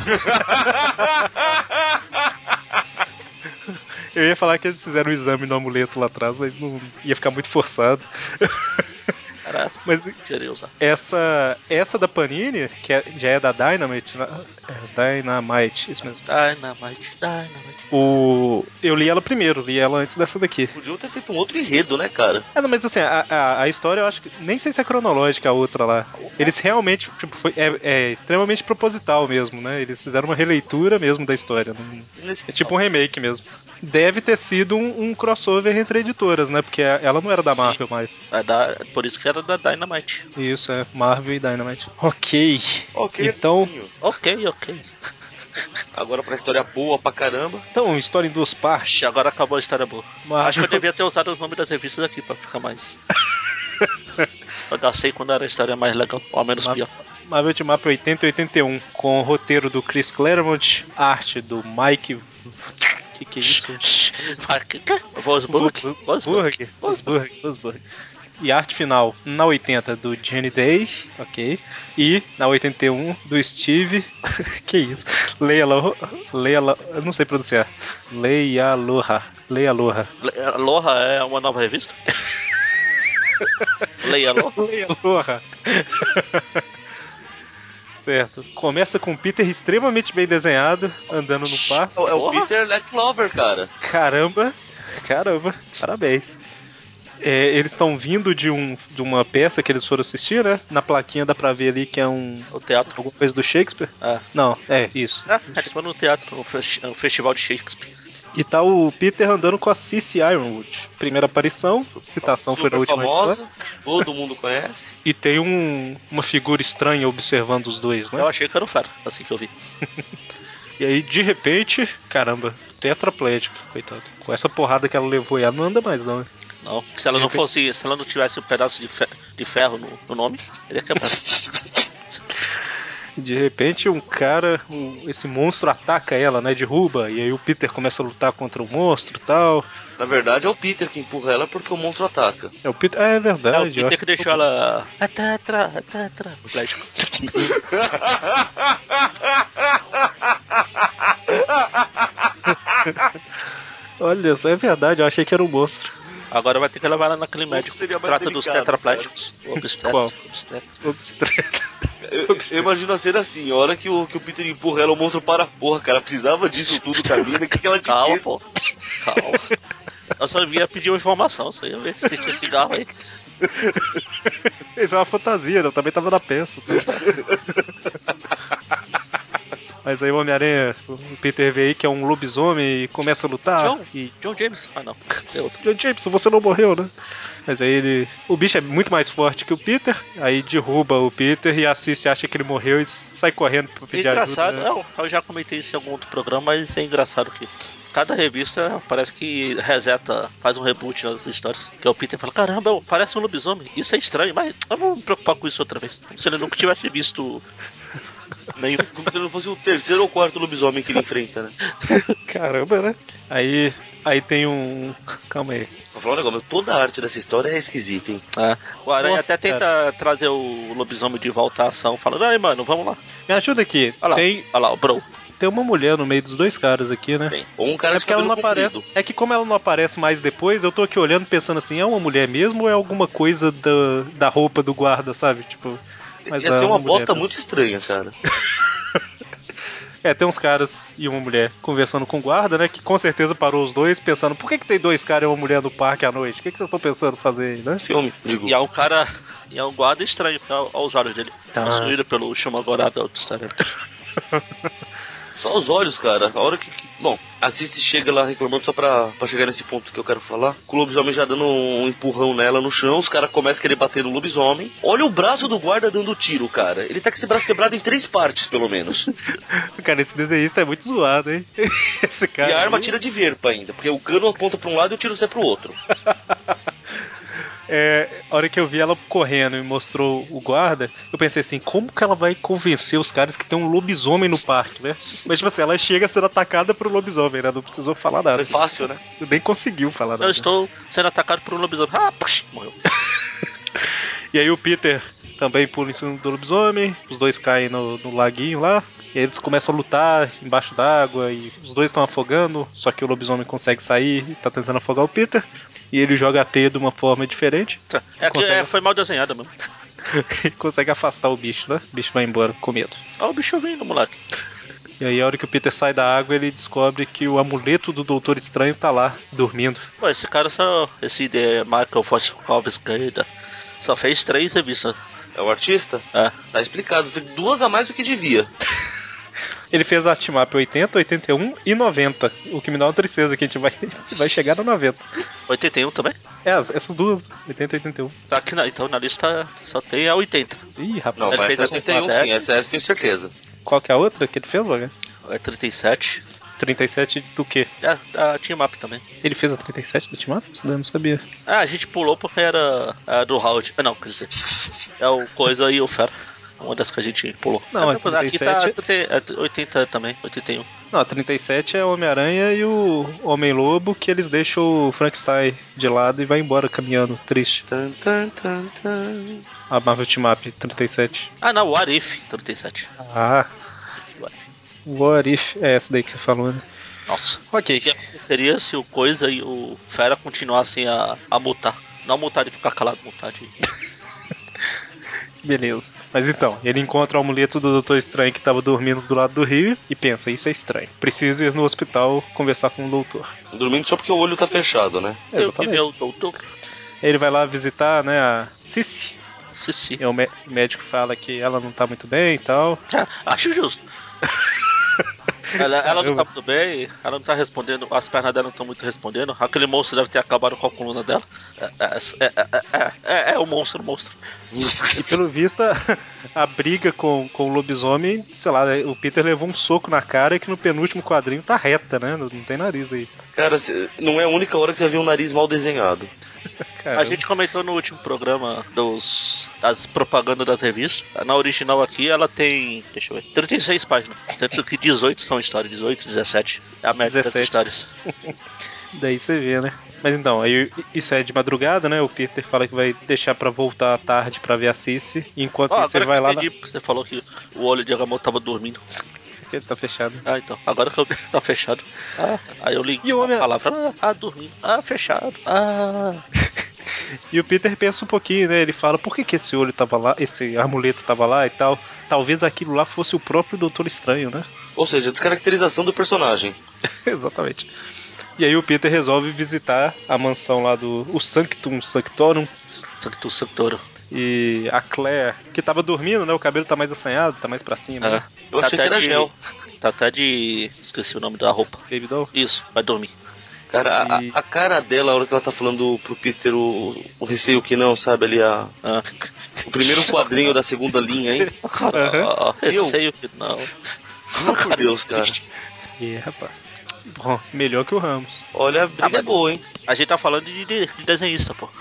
Eu ia falar que eles fizeram o exame no amuleto lá atrás, mas não ia ficar muito forçado. Era essa. Mas Queria usar. essa, essa da Panini, que é- já é da Dynamite, né? É, Dynamite, isso mesmo. Dynamite, Dynamite. O, eu li ela primeiro, li ela antes dessa daqui. Podiam ter feito um outro enredo, né, cara? É, não, mas assim, a, a, a história eu acho que. Nem sei se é cronológica a outra lá. Eles realmente, tipo, foi, é, é extremamente proposital mesmo, né? Eles fizeram uma releitura mesmo da história. Não, é tipo um remake mesmo. Deve ter sido um, um crossover entre editoras, né? Porque ela não era da Sim. Marvel mais. É da, por isso que era da Dynamite. Isso, é Marvel e Dynamite. Ok. Ok. Então, Ok, ok. Agora pra história boa pra caramba. então, história em duas partes. Ixi, agora acabou a história boa. Marvel- Acho que eu devia ter usado os nomes das revistas aqui pra ficar mais. Eu já sei quando era a história mais legal, ou ao menos Mar- pior. Marvel Team Up oitenta e oitenta e um, com o roteiro do Chris Claremont, arte do Mike. Que que é isso? Mark- quê? Vosburg? Vosburg. Vosburg. Vosburg. Vosburg. e arte final na oitenta do Jenny Day, ok. E na oitenta e um do Steve. Que isso? Leia Aloha. Leia Aloha. Eu não sei pronunciar. Leia Aloha. Leia Aloha. Le- Aloha é uma nova revista? Leia Aloha. Leia Aloha. Certo. Começa com o Peter extremamente bem desenhado, andando no parque. É o Porra. Peter Leclover, cara. Caramba, caramba, parabéns. É, eles estão vindo de, um, de uma peça que eles foram assistir, né? Na plaquinha dá pra ver ali que é um O teatro. alguma coisa do Shakespeare. É. Não, é isso. Ah, eles foram no teatro, no, festi- no festival de Shakespeare. E tá o Peter andando com a Cissy Ironwood. Primeira aparição, citação foi na Super última história. famosa, todo mundo conhece. E tem um, uma figura estranha observando os dois, né? Eu achei que era um fera, assim que eu vi. E aí, de repente, caramba, tetraplégico, coitado. Com essa porrada que ela levou, ela não anda mais, não, né? Não, se ela não fosse, se ela não tivesse um pedaço de, fe- de ferro no, no nome, ele ia quebrar. De repente, um cara, um- esse monstro ataca ela, né? Derruba. E aí o Peter começa a lutar contra o monstro e tal. Na verdade é o Peter que empurra ela porque o monstro ataca. É o Peter. Ah, é verdade. É o eu Peter acho que deixou ela. É tetra, é tetra. Plégico. Olha só, é verdade. Eu achei que era um monstro. Agora vai ter que levar ela naquele Como médico que seria mais trata dos delicado, tetraplégicos. O obstetra. Qual? obstetra. Obstetra. Eu, eu imagino a cena assim, a hora que o, que o Peter empurra ela, o monstro para. Porra, cara, precisava disso tudo, Camila. O que, que ela te Calma, fez? pô. Calma. Eu só ia pedir uma informação, só ia ver se tinha cigarro aí. Isso é uma fantasia, né? Eu também tava na peça. Tá? Mas aí o Homem-Aranha, o Peter vê aí que é um lobisomem e começa a lutar. John, E John James. Ah, não. É outro. John Jameson, você não morreu, né? Mas aí ele. O bicho é muito mais forte que o Peter. Aí derruba o Peter e a Cissy acha que ele morreu e sai correndo pra É pedir engraçado, ajuda. Né? eu, eu já comentei isso em algum outro programa, mas é engraçado que cada revista parece que reseta, faz um reboot nas histórias. Que é o Peter fala, caramba, eu- parece um lobisomem. Isso é estranho, mas eu vou me preocupar com isso outra vez. Como se ele nunca tivesse visto nenhum. Como se não fosse o terceiro ou quarto lobisomem que ele enfrenta, né? Caramba, né? Aí. Aí tem um. Calma aí. Vou falar um negócio, mas toda a arte dessa história é esquisita, hein? É. O Aranha Nossa, até tenta trazer o lobisomem de volta à ação, falando, ai mano, vamos lá. Me ajuda aqui. Olha lá, Tem, olha lá, o bro. tem uma mulher no meio dos dois caras aqui, né? Tem. Ou um cara É de porque ela cabelo não aparece. comprido. É que como ela não aparece mais depois, eu tô aqui olhando pensando assim, é uma mulher mesmo ou é alguma coisa da, da roupa do guarda, sabe? Tipo. Mas Ia não, ser é uma mulher bota mesmo. muito estranha, cara. É, tem uns caras e uma mulher conversando com o guarda, né? Que com certeza parou os dois pensando, por que, que tem dois caras e uma mulher no parque à noite? O que, que vocês estão pensando fazer aí, né? Filme, digo. E é um cara, e é um guarda estranho, olha os olhos dele. Tá. Possuído pelo Shumagorado do Star. Só os olhos, cara. A hora que. que- Bom, a Cissy chega lá reclamando só pra, pra chegar nesse ponto que eu quero falar. Com o lobisomem já dando um empurrão nela no chão, os caras começam a querer bater no lobisomem. Olha o braço do guarda dando tiro, cara. Ele tá com esse braço quebrado em três partes, pelo menos. Cara, esse desenhista é muito zoado, hein? Esse cara. E a arma aí- tira de verpa ainda, porque o cano aponta pra um lado e o tiro sai pro outro. É, a hora que eu vi ela correndo e mostrou o guarda, eu pensei assim, como que ela vai convencer os caras que tem um lobisomem no parque, né? Mas tipo assim, ela chega sendo atacada por um lobisomem, né? Não precisou falar nada. Foi fácil, né? Nem conseguiu falar nada. Eu estou sendo atacado por um lobisomem. Ah, puxa, morreu. E aí o Peter também pula em cima do lobisomem, os dois caem no, no laguinho lá, e aí eles começam a lutar embaixo d'água, e os dois estão afogando, só que o lobisomem consegue sair e tá tentando afogar o Peter, e ele joga a teia de uma forma diferente, É que Consegue. é, foi mal desenhada mesmo. e consegue afastar o bicho, né? O bicho vai embora com medo. Olha o bicho vindo, moleque. E aí a hora que o Peter sai da água, ele descobre que o amuleto do Doutor Estranho tá lá, dormindo. Pô, esse cara só. Esse de Michael Foskowski só fez três revistas. É o artista? É. Tá explicado, tem duas a mais do que devia. Ele fez a Team-Up oitenta, oitenta e um e noventa, o que me dá uma tristeza que a gente vai, vai chegar no noventa. oitenta e um também? É, as- essas duas, oitenta e oitenta e um. Tá aqui na, então na lista só tem a oitenta. Ih, rapaz. Não, Ele mas fez essa a tem um trinta e sete. sim, essa, essa eu tenho certeza. Qual que é a outra que ele fez, Logan? É trinta e sete. trinta e sete do quê? É, a Team Up também. Ele fez a trinta e sete do Team-Up? Isso daí eu não sabia. Ah, a gente pulou porque era a do Howard. Ah, não, quer dizer. É o Coisa e o Fera. Uma das que a gente pulou. Não, é, é aqui trinta e tá sete. trinta, é oitenta também, oitenta e um. Não, a trinta e sete é o Homem-Aranha e o Homem-Lobo que eles deixam o Frankenstein de lado e vai embora caminhando, triste. Tan, tan, tan, tan. A Marvel Team Up trinta e sete. Ah, não, What If, trinta e sete. Ah, What If. What If? É essa daí que você falou, né? Nossa. Ok. O que aconteceria se o Coisa e o Fera continuassem a, a mutar? Não mutar de ficar calado, mutar de... Beleza. Mas então, ele encontra o amuleto do Doutor Estranho que estava dormindo do lado do rio e pensa, isso é estranho. Preciso ir no hospital conversar com o doutor. Dormindo só porque o olho tá fechado, né? Eu que Exatamente. ver o doutor. Ele vai lá visitar, né, a Cici. Sim, sim. E o, mé- o médico fala que ela não tá muito bem e tal. Ah, acho justo. Ela, ela não Caramba. tá muito bem, ela não tá respondendo, as pernas dela não estão muito respondendo. Aquele monstro deve ter acabado com a coluna dela. É, é, é, é, é, é o monstro, o monstro. E pelo visto, a, a briga com, com o lobisomem, sei lá, o Peter levou um soco na cara que no penúltimo quadrinho tá reta, né? Não, não tem nariz aí. Cara, cê- não é a única hora que você vê um nariz mal desenhado. Caramba. A gente comentou no último programa dos das propagandas das revistas. Na original aqui ela tem, deixa eu ver, trinta e seis páginas. Sendo que dezoito são histórias, dezoito, dezessete. É a média das dezessete. histórias. Daí você vê, né? Mas então, aí isso é de madrugada, né? O Peter fala que vai deixar pra voltar à tarde pra ver a Cici. Enquanto Ó, isso, ele agora que vai eu lá na... entendi, porque você falou que o olho de Agamotto tava dormindo. Porque ele tá fechado. Ah, então. Agora que eu tá fechado. Ah, aí eu liguei E o a homem... palavra. Ah, ah, dormindo. Ah, fechado. Ah. E o Peter pensa um pouquinho, né? Ele fala, por que, que esse olho tava lá, esse amuleto tava lá e tal? Talvez aquilo lá fosse o próprio Doutor Estranho, né? Ou seja, descaracterização do personagem. Exatamente. E aí o Peter resolve visitar a mansão lá do o Sanctum Sanctorum. Sanctum Sanctorum. E a Claire, que tava dormindo, né? O cabelo tá mais assanhado, tá mais pra cima, né? Ah, Eu tá achei que até era de. gel. Tá até de. Esqueci o nome da roupa. Baby Doll. Isso, vai dormir. Cara, a, E- a cara dela, a hora que ela tá falando pro Peter o, o receio que não, sabe, ali a... Ah. O primeiro quadrinho da segunda linha, hein? Cara, Aham. receio que não. Juro por Deus, cara. Triste. E, rapaz. Bom, melhor que o Ramos. Olha, a Ah, briga é mas boa, hein? a gente tá falando de, de, de desenhista, pô.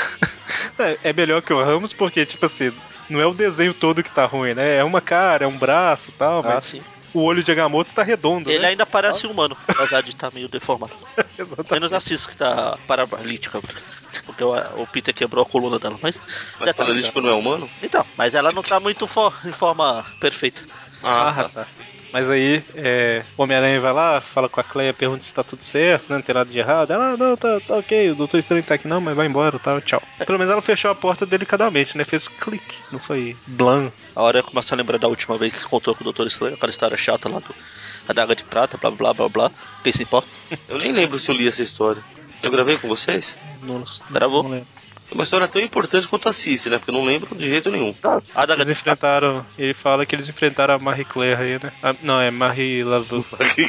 É, é melhor que o Ramos porque, tipo assim, não é o desenho todo que tá ruim, né? É uma cara, é um braço e tal, Ah, mas sim. o olho de Agamotto tá redondo, Ele né? ainda parece humano, apesar de estar meio deformado. Exatamente. Menos a Cis que tá paralítica, porque o, o Peter quebrou a coluna dela, mas. Mas detalhes. paralítico não é humano? Então, mas ela não tá muito for, em forma perfeita. Ah, Ah, tá. tá. Mas aí, é, o Homem-Aranha vai lá, fala com a Cleia, pergunta se tá tudo certo, né? Não tem nada de errado. Ela, ah, não, tá, tá ok, o Doutor Estranho tá aqui não, mas vai embora, tá, tchau. Pelo menos ela fechou a porta delicadamente, né? Fez clique, não foi blam. A hora eu começo a lembrar da última vez que contou com o doutor Estranho, aquela história chata lá do a Daga de Prata, blá blá blá blá. Quem se importa? Eu nem lembro se eu li essa história. Eu gravei com vocês? Não, Gravou. não lembro. É uma história tão importante quanto a Cici, né? Porque eu não lembro de jeito nenhum. A Daga Eles de Prata. enfrentaram, ele fala que eles enfrentaram a Marie Claire aí, né? Ah, não, é Marie Laveau.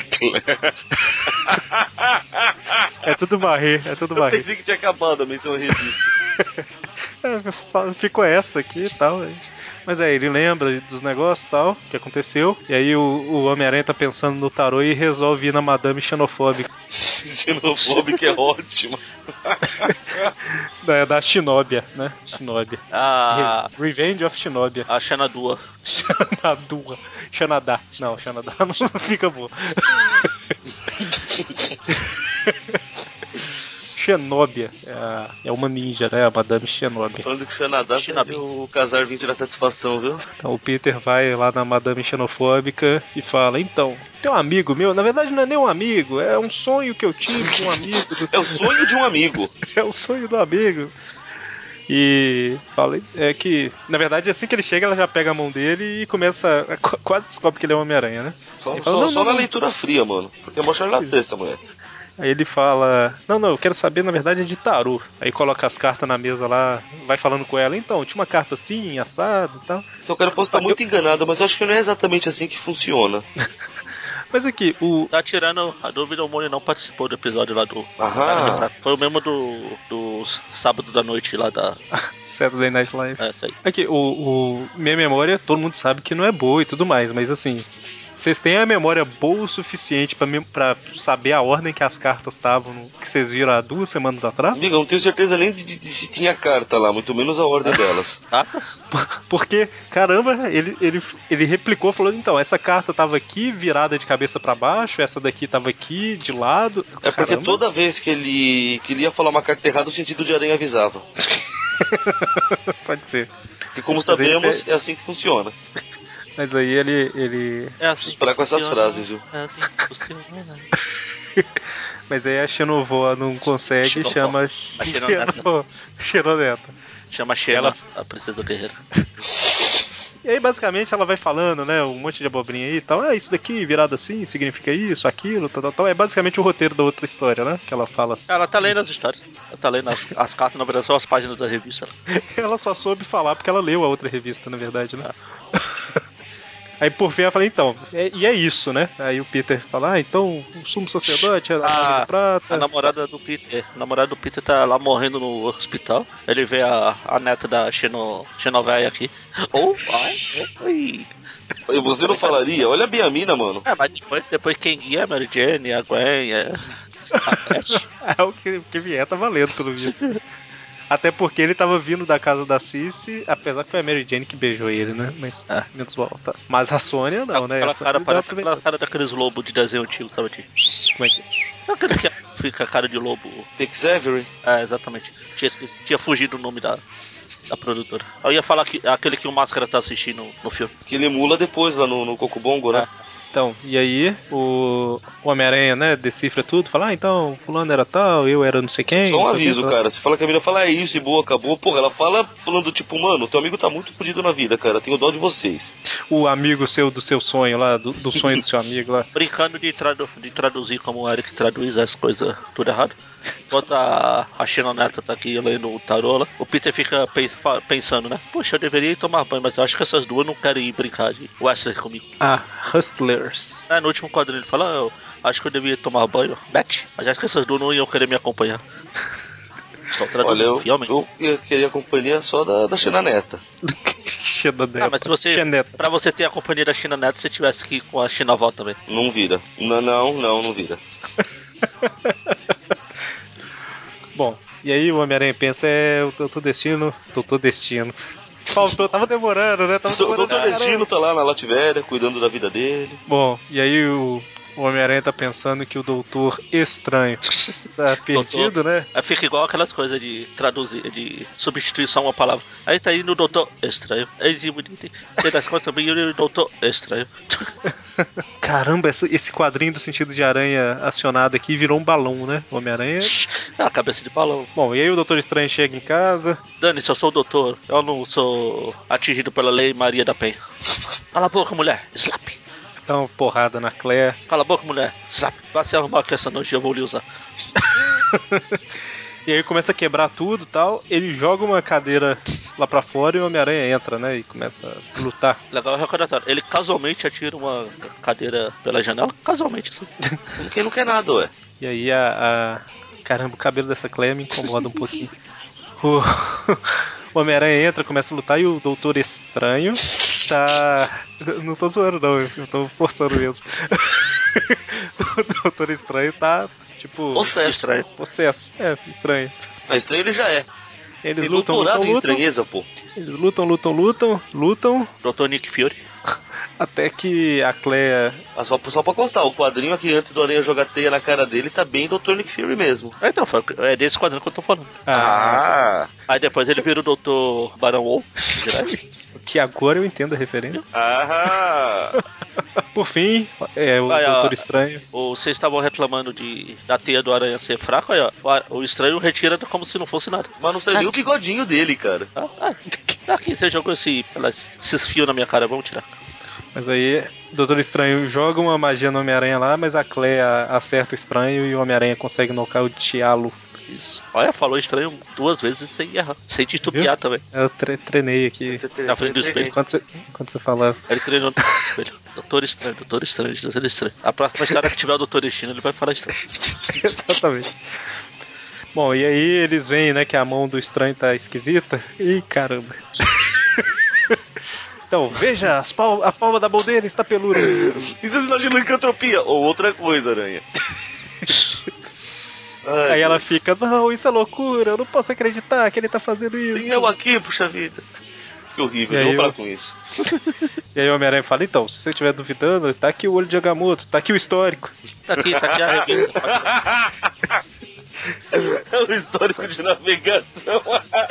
É tudo Marie, é tudo Eu Marie. pensei que tinha acabado a menção revista. É, ficou essa aqui e tal. aí. Mas aí, ele lembra dos negócios e tal, que aconteceu. E aí o, o Homem-Aranha tá pensando no tarô e resolve ir na Madame Xenofóbica. Xenofóbico é ótimo. Da, da Shinobia, né? Shinobia. A. Re- Revenge of Shinobia. A Xanadua. Xanadua. Xanadá. Não, Xanadá não fica bom. Xenóbia. É, a- é uma ninja, né? A Madame Xenóbia. Falando que o Xanadá Shinobi. é o casar vir tirar satisfação, viu? Então o Peter vai lá na Madame Xenofóbica e fala: então, tem um amigo meu, na verdade não é nem um amigo, é um sonho que eu tive com um amigo. Do... É o sonho de um amigo. é o sonho do amigo. E fala é que, na verdade, assim que ele chega, ela já pega a mão dele e começa. a- qu- Quase descobre que ele é um Homem-Aranha, né? Só, Ele fala, só, não, só não, na não. leitura fria, mano. Porque é mó charlatã essa mulher. Aí ele fala: não, não, eu quero saber, na verdade, é de tarô. Aí coloca as cartas na mesa lá, vai falando com ela: então, tinha uma carta assim, assado e tal. Então, cara, eu posso estar muito enganado, mas eu acho que não é exatamente assim que funciona. Mas aqui, o. Tá tirando a dúvida, o Moni não participou do episódio lá do Aham. Daga de Prata. Foi o mesmo do, do sábado da noite lá da. Saturday Night Live. É, isso aí. Aqui, o, o, minha memória, todo mundo sabe que não é boa e tudo mais, mas assim, vocês têm a memória boa o suficiente pra, me- pra saber a ordem que as cartas estavam, no- que vocês viram há duas semanas atrás? Amigo, eu não tenho certeza nem de, de- de se tinha carta lá, muito menos a ordem delas. Cartas? Porque, caramba, ele, ele, ele replicou, falou, então, essa carta tava aqui, virada de cabeça pra baixo, essa daqui tava aqui, de lado. É porque Caramba. toda vez que ele queria falar uma carta errada, o sentido de aranha avisava. Pode ser. Porque como Mas ele- sabemos, é assim que funciona. Mas aí ele. ele... É assim. Parar com essas funciona. frases, viu? É assim que funciona. Mas aí a Xenovoa não consegue e Xenovoa. chama. A Xenoneta. Xeno- Xenoneta. Chama Xena, Ela- a princesa guerreira. E aí, basicamente, ela vai falando, né? Um monte de abobrinha aí e tal. Ah, isso daqui virado assim significa isso, aquilo, tal, tal, tal. É basicamente o roteiro da outra história, né? Que ela fala. Ela tá lendo as histórias. Ela tá lendo as, as cartas, na verdade, são as páginas da revista. Ela só soube falar porque ela leu a outra revista, na verdade, né? Aí por fim ela fala, então, é- e é isso, né? Aí o Peter fala, ah, então o sumo sacerdote, a nave A, de prata. a namorada do Peter. A namorada do Peter tá lá morrendo no hospital. Ele vê a, a neta da Xeno, Xenovéia aqui. Ou, ai, oi. E você não falaria? Olha bem a mina, mano. É, mas depois, depois quem guia é a Mary Jane, a Gwen, é a Beth. É o que, o que vier tá valendo, pelo visto. Até porque ele tava vindo da casa da Cici, apesar que foi a Mary Jane que beijou ele, né? Mas, É. menos volta. Mas a Sônia não, né? Aquela A Sônia cara deu parece uma aquela cara daqueles lobos de desenho antigo, sabe? De... Como é que é? Aquele que fica a cara de lobo. Tex Avery. É, exatamente. Tinha, esquecido, tinha fugido o nome da, da produtora. Eu ia falar que aquele que o Máscara tá assistindo no filme. Que ele emula depois lá no, no Cocobongo, né? Então, e aí o, o Homem-Aranha, né, decifra tudo, fala, ah, então, fulano era tal, eu era não sei quem. Só um não sei o que, aviso, tal. cara. Você fala que a mina fala, é isso e boa, acabou. Porra, ela fala falando tipo, mano, teu amigo tá muito fodido na vida, cara. Tenho dó de vocês. O amigo seu do seu sonho lá, do, do sonho do seu amigo lá. Brincando de, tradu de traduzir como o Eric traduz as coisas tudo errado. Enquanto a, a Xenoneta tá aqui lendo o tarô lá, o Peter fica pens pensando, né? Poxa, eu deveria ir tomar banho, mas eu acho que essas duas não querem ir brincar de Wesley comigo. Ah, Hustlers. É, no último quadrinho ele fala, ah, eu acho que eu devia tomar banho, Beth, mas acho que essas duas não iam querer me acompanhar. Estou Olha, traduzindo eu, fielmente. eu, eu queria a companhia só da, da Xena Neta. Xenoneta. Ah, mas se você, Xeneta. pra você ter a companhia da China Neto, você tivesse que ir com a China Avó também. Não vira. Não, não, não, não vira. Bom, e aí o Homem-Aranha pensa, é o Doutor Destino. Doutor Destino. Faltou, tava demorando, né? Tava O demorando. Doutor pra caramba. Destino tá lá na Lativéria, cuidando da vida dele. Bom, e aí o, o Homem-Aranha tá pensando que o Doutor Estranho tá perdido, né? Aí fica igual aquelas coisas de traduzir, de substituir só uma palavra. Aí tá indo o doutor estranho. Aí de você das contas também o doutor estranho. Caramba, esse, esse quadrinho do sentido de aranha acionado aqui virou um balão, né? O Homem-Aranha. É a cabeça de balão. Bom, e aí o Doutor Estranho chega em casa. Dani, se eu sou o doutor, eu não sou atingido pela lei Maria da Penha. Cala a boca, mulher. Slap. Dá uma porrada na Claire. Cala a boca, mulher. Slap. Vai se arrumar que essa noite eu vou lhe usar. E aí começa a quebrar tudo e tal. Ele joga uma cadeira lá pra fora e o Homem-Aranha entra, né? E começa a lutar. Legal recordatório. Ele casualmente atira uma cadeira pela janela. Casualmente, assim. Quem não quer nada, ué. E aí a. a... Caramba, o cabelo dessa Claire me incomoda um pouquinho. O, o Homem-Aranha entra, começa a lutar e o Doutor Estranho tá. Não tô zoando, não, eu tô forçando mesmo. O Doutor Estranho tá, tipo. Possesso. Estranho. Possesso. É, estranho. Mas estranho ele já é. Eles Tem lutam, doutorado lutam, em lutam. estranheza, pô. Eles lutam, lutam, lutam, lutam. doutor Nick Fury. Até que a Cleia. Ah, só, só pra constar, o quadrinho aqui antes do Aranha jogar teia na cara dele tá bem doutor Nick Fury mesmo. É, então, foi- é desse quadrinho que eu tô falando. Ah, Aí depois ele vira o doutor Barão Wall. que agora eu entendo a referência. Ah! Por fim, é o Aí, ó, Doutor Estranho. Vocês estavam reclamando de da teia do aranha ser fraca, aí, ó. O ar- O estranho retira como se não fosse nada. Mas não sai nem o bigodinho dele, cara. Ah, ah, tá aqui, você jogou esse, elas- esses fios na minha cara, vamos tirar. Mas aí, o Doutor Estranho joga uma magia no Homem-Aranha lá, mas a Cleia acerta o Estranho e o Homem-Aranha consegue nocauteá-lo. Isso. Olha, falou estranho duas vezes sem errar. Sem titubear também. Eu tre- treinei aqui Na frente do espelho. enquanto você, enquanto você falava. Ele treinou no espelho. Doutor estranho, doutor estranho, doutor estranho. A próxima história que tiver o doutor Destino, ele vai falar estranho. Exatamente. Bom, e aí eles veem, né, que a mão do estranho tá esquisita. Ih, caramba. Então, veja, as pal a palma da mão dele está peluda. Isso é sinal de licantropia. Ou outra coisa, aranha. Ai, Aí ela Deus. fica, não, isso é loucura, eu não posso acreditar que ele tá fazendo isso. Tem eu aqui, puxa vida. Que horrível, E eu aí vou falar eu- com isso. E aí o Homem-Aranha fala, então, se você estiver duvidando, tá aqui o olho de Agamotto, tá aqui o histórico. Tá aqui, tá aqui a revista. É o histórico de navegação.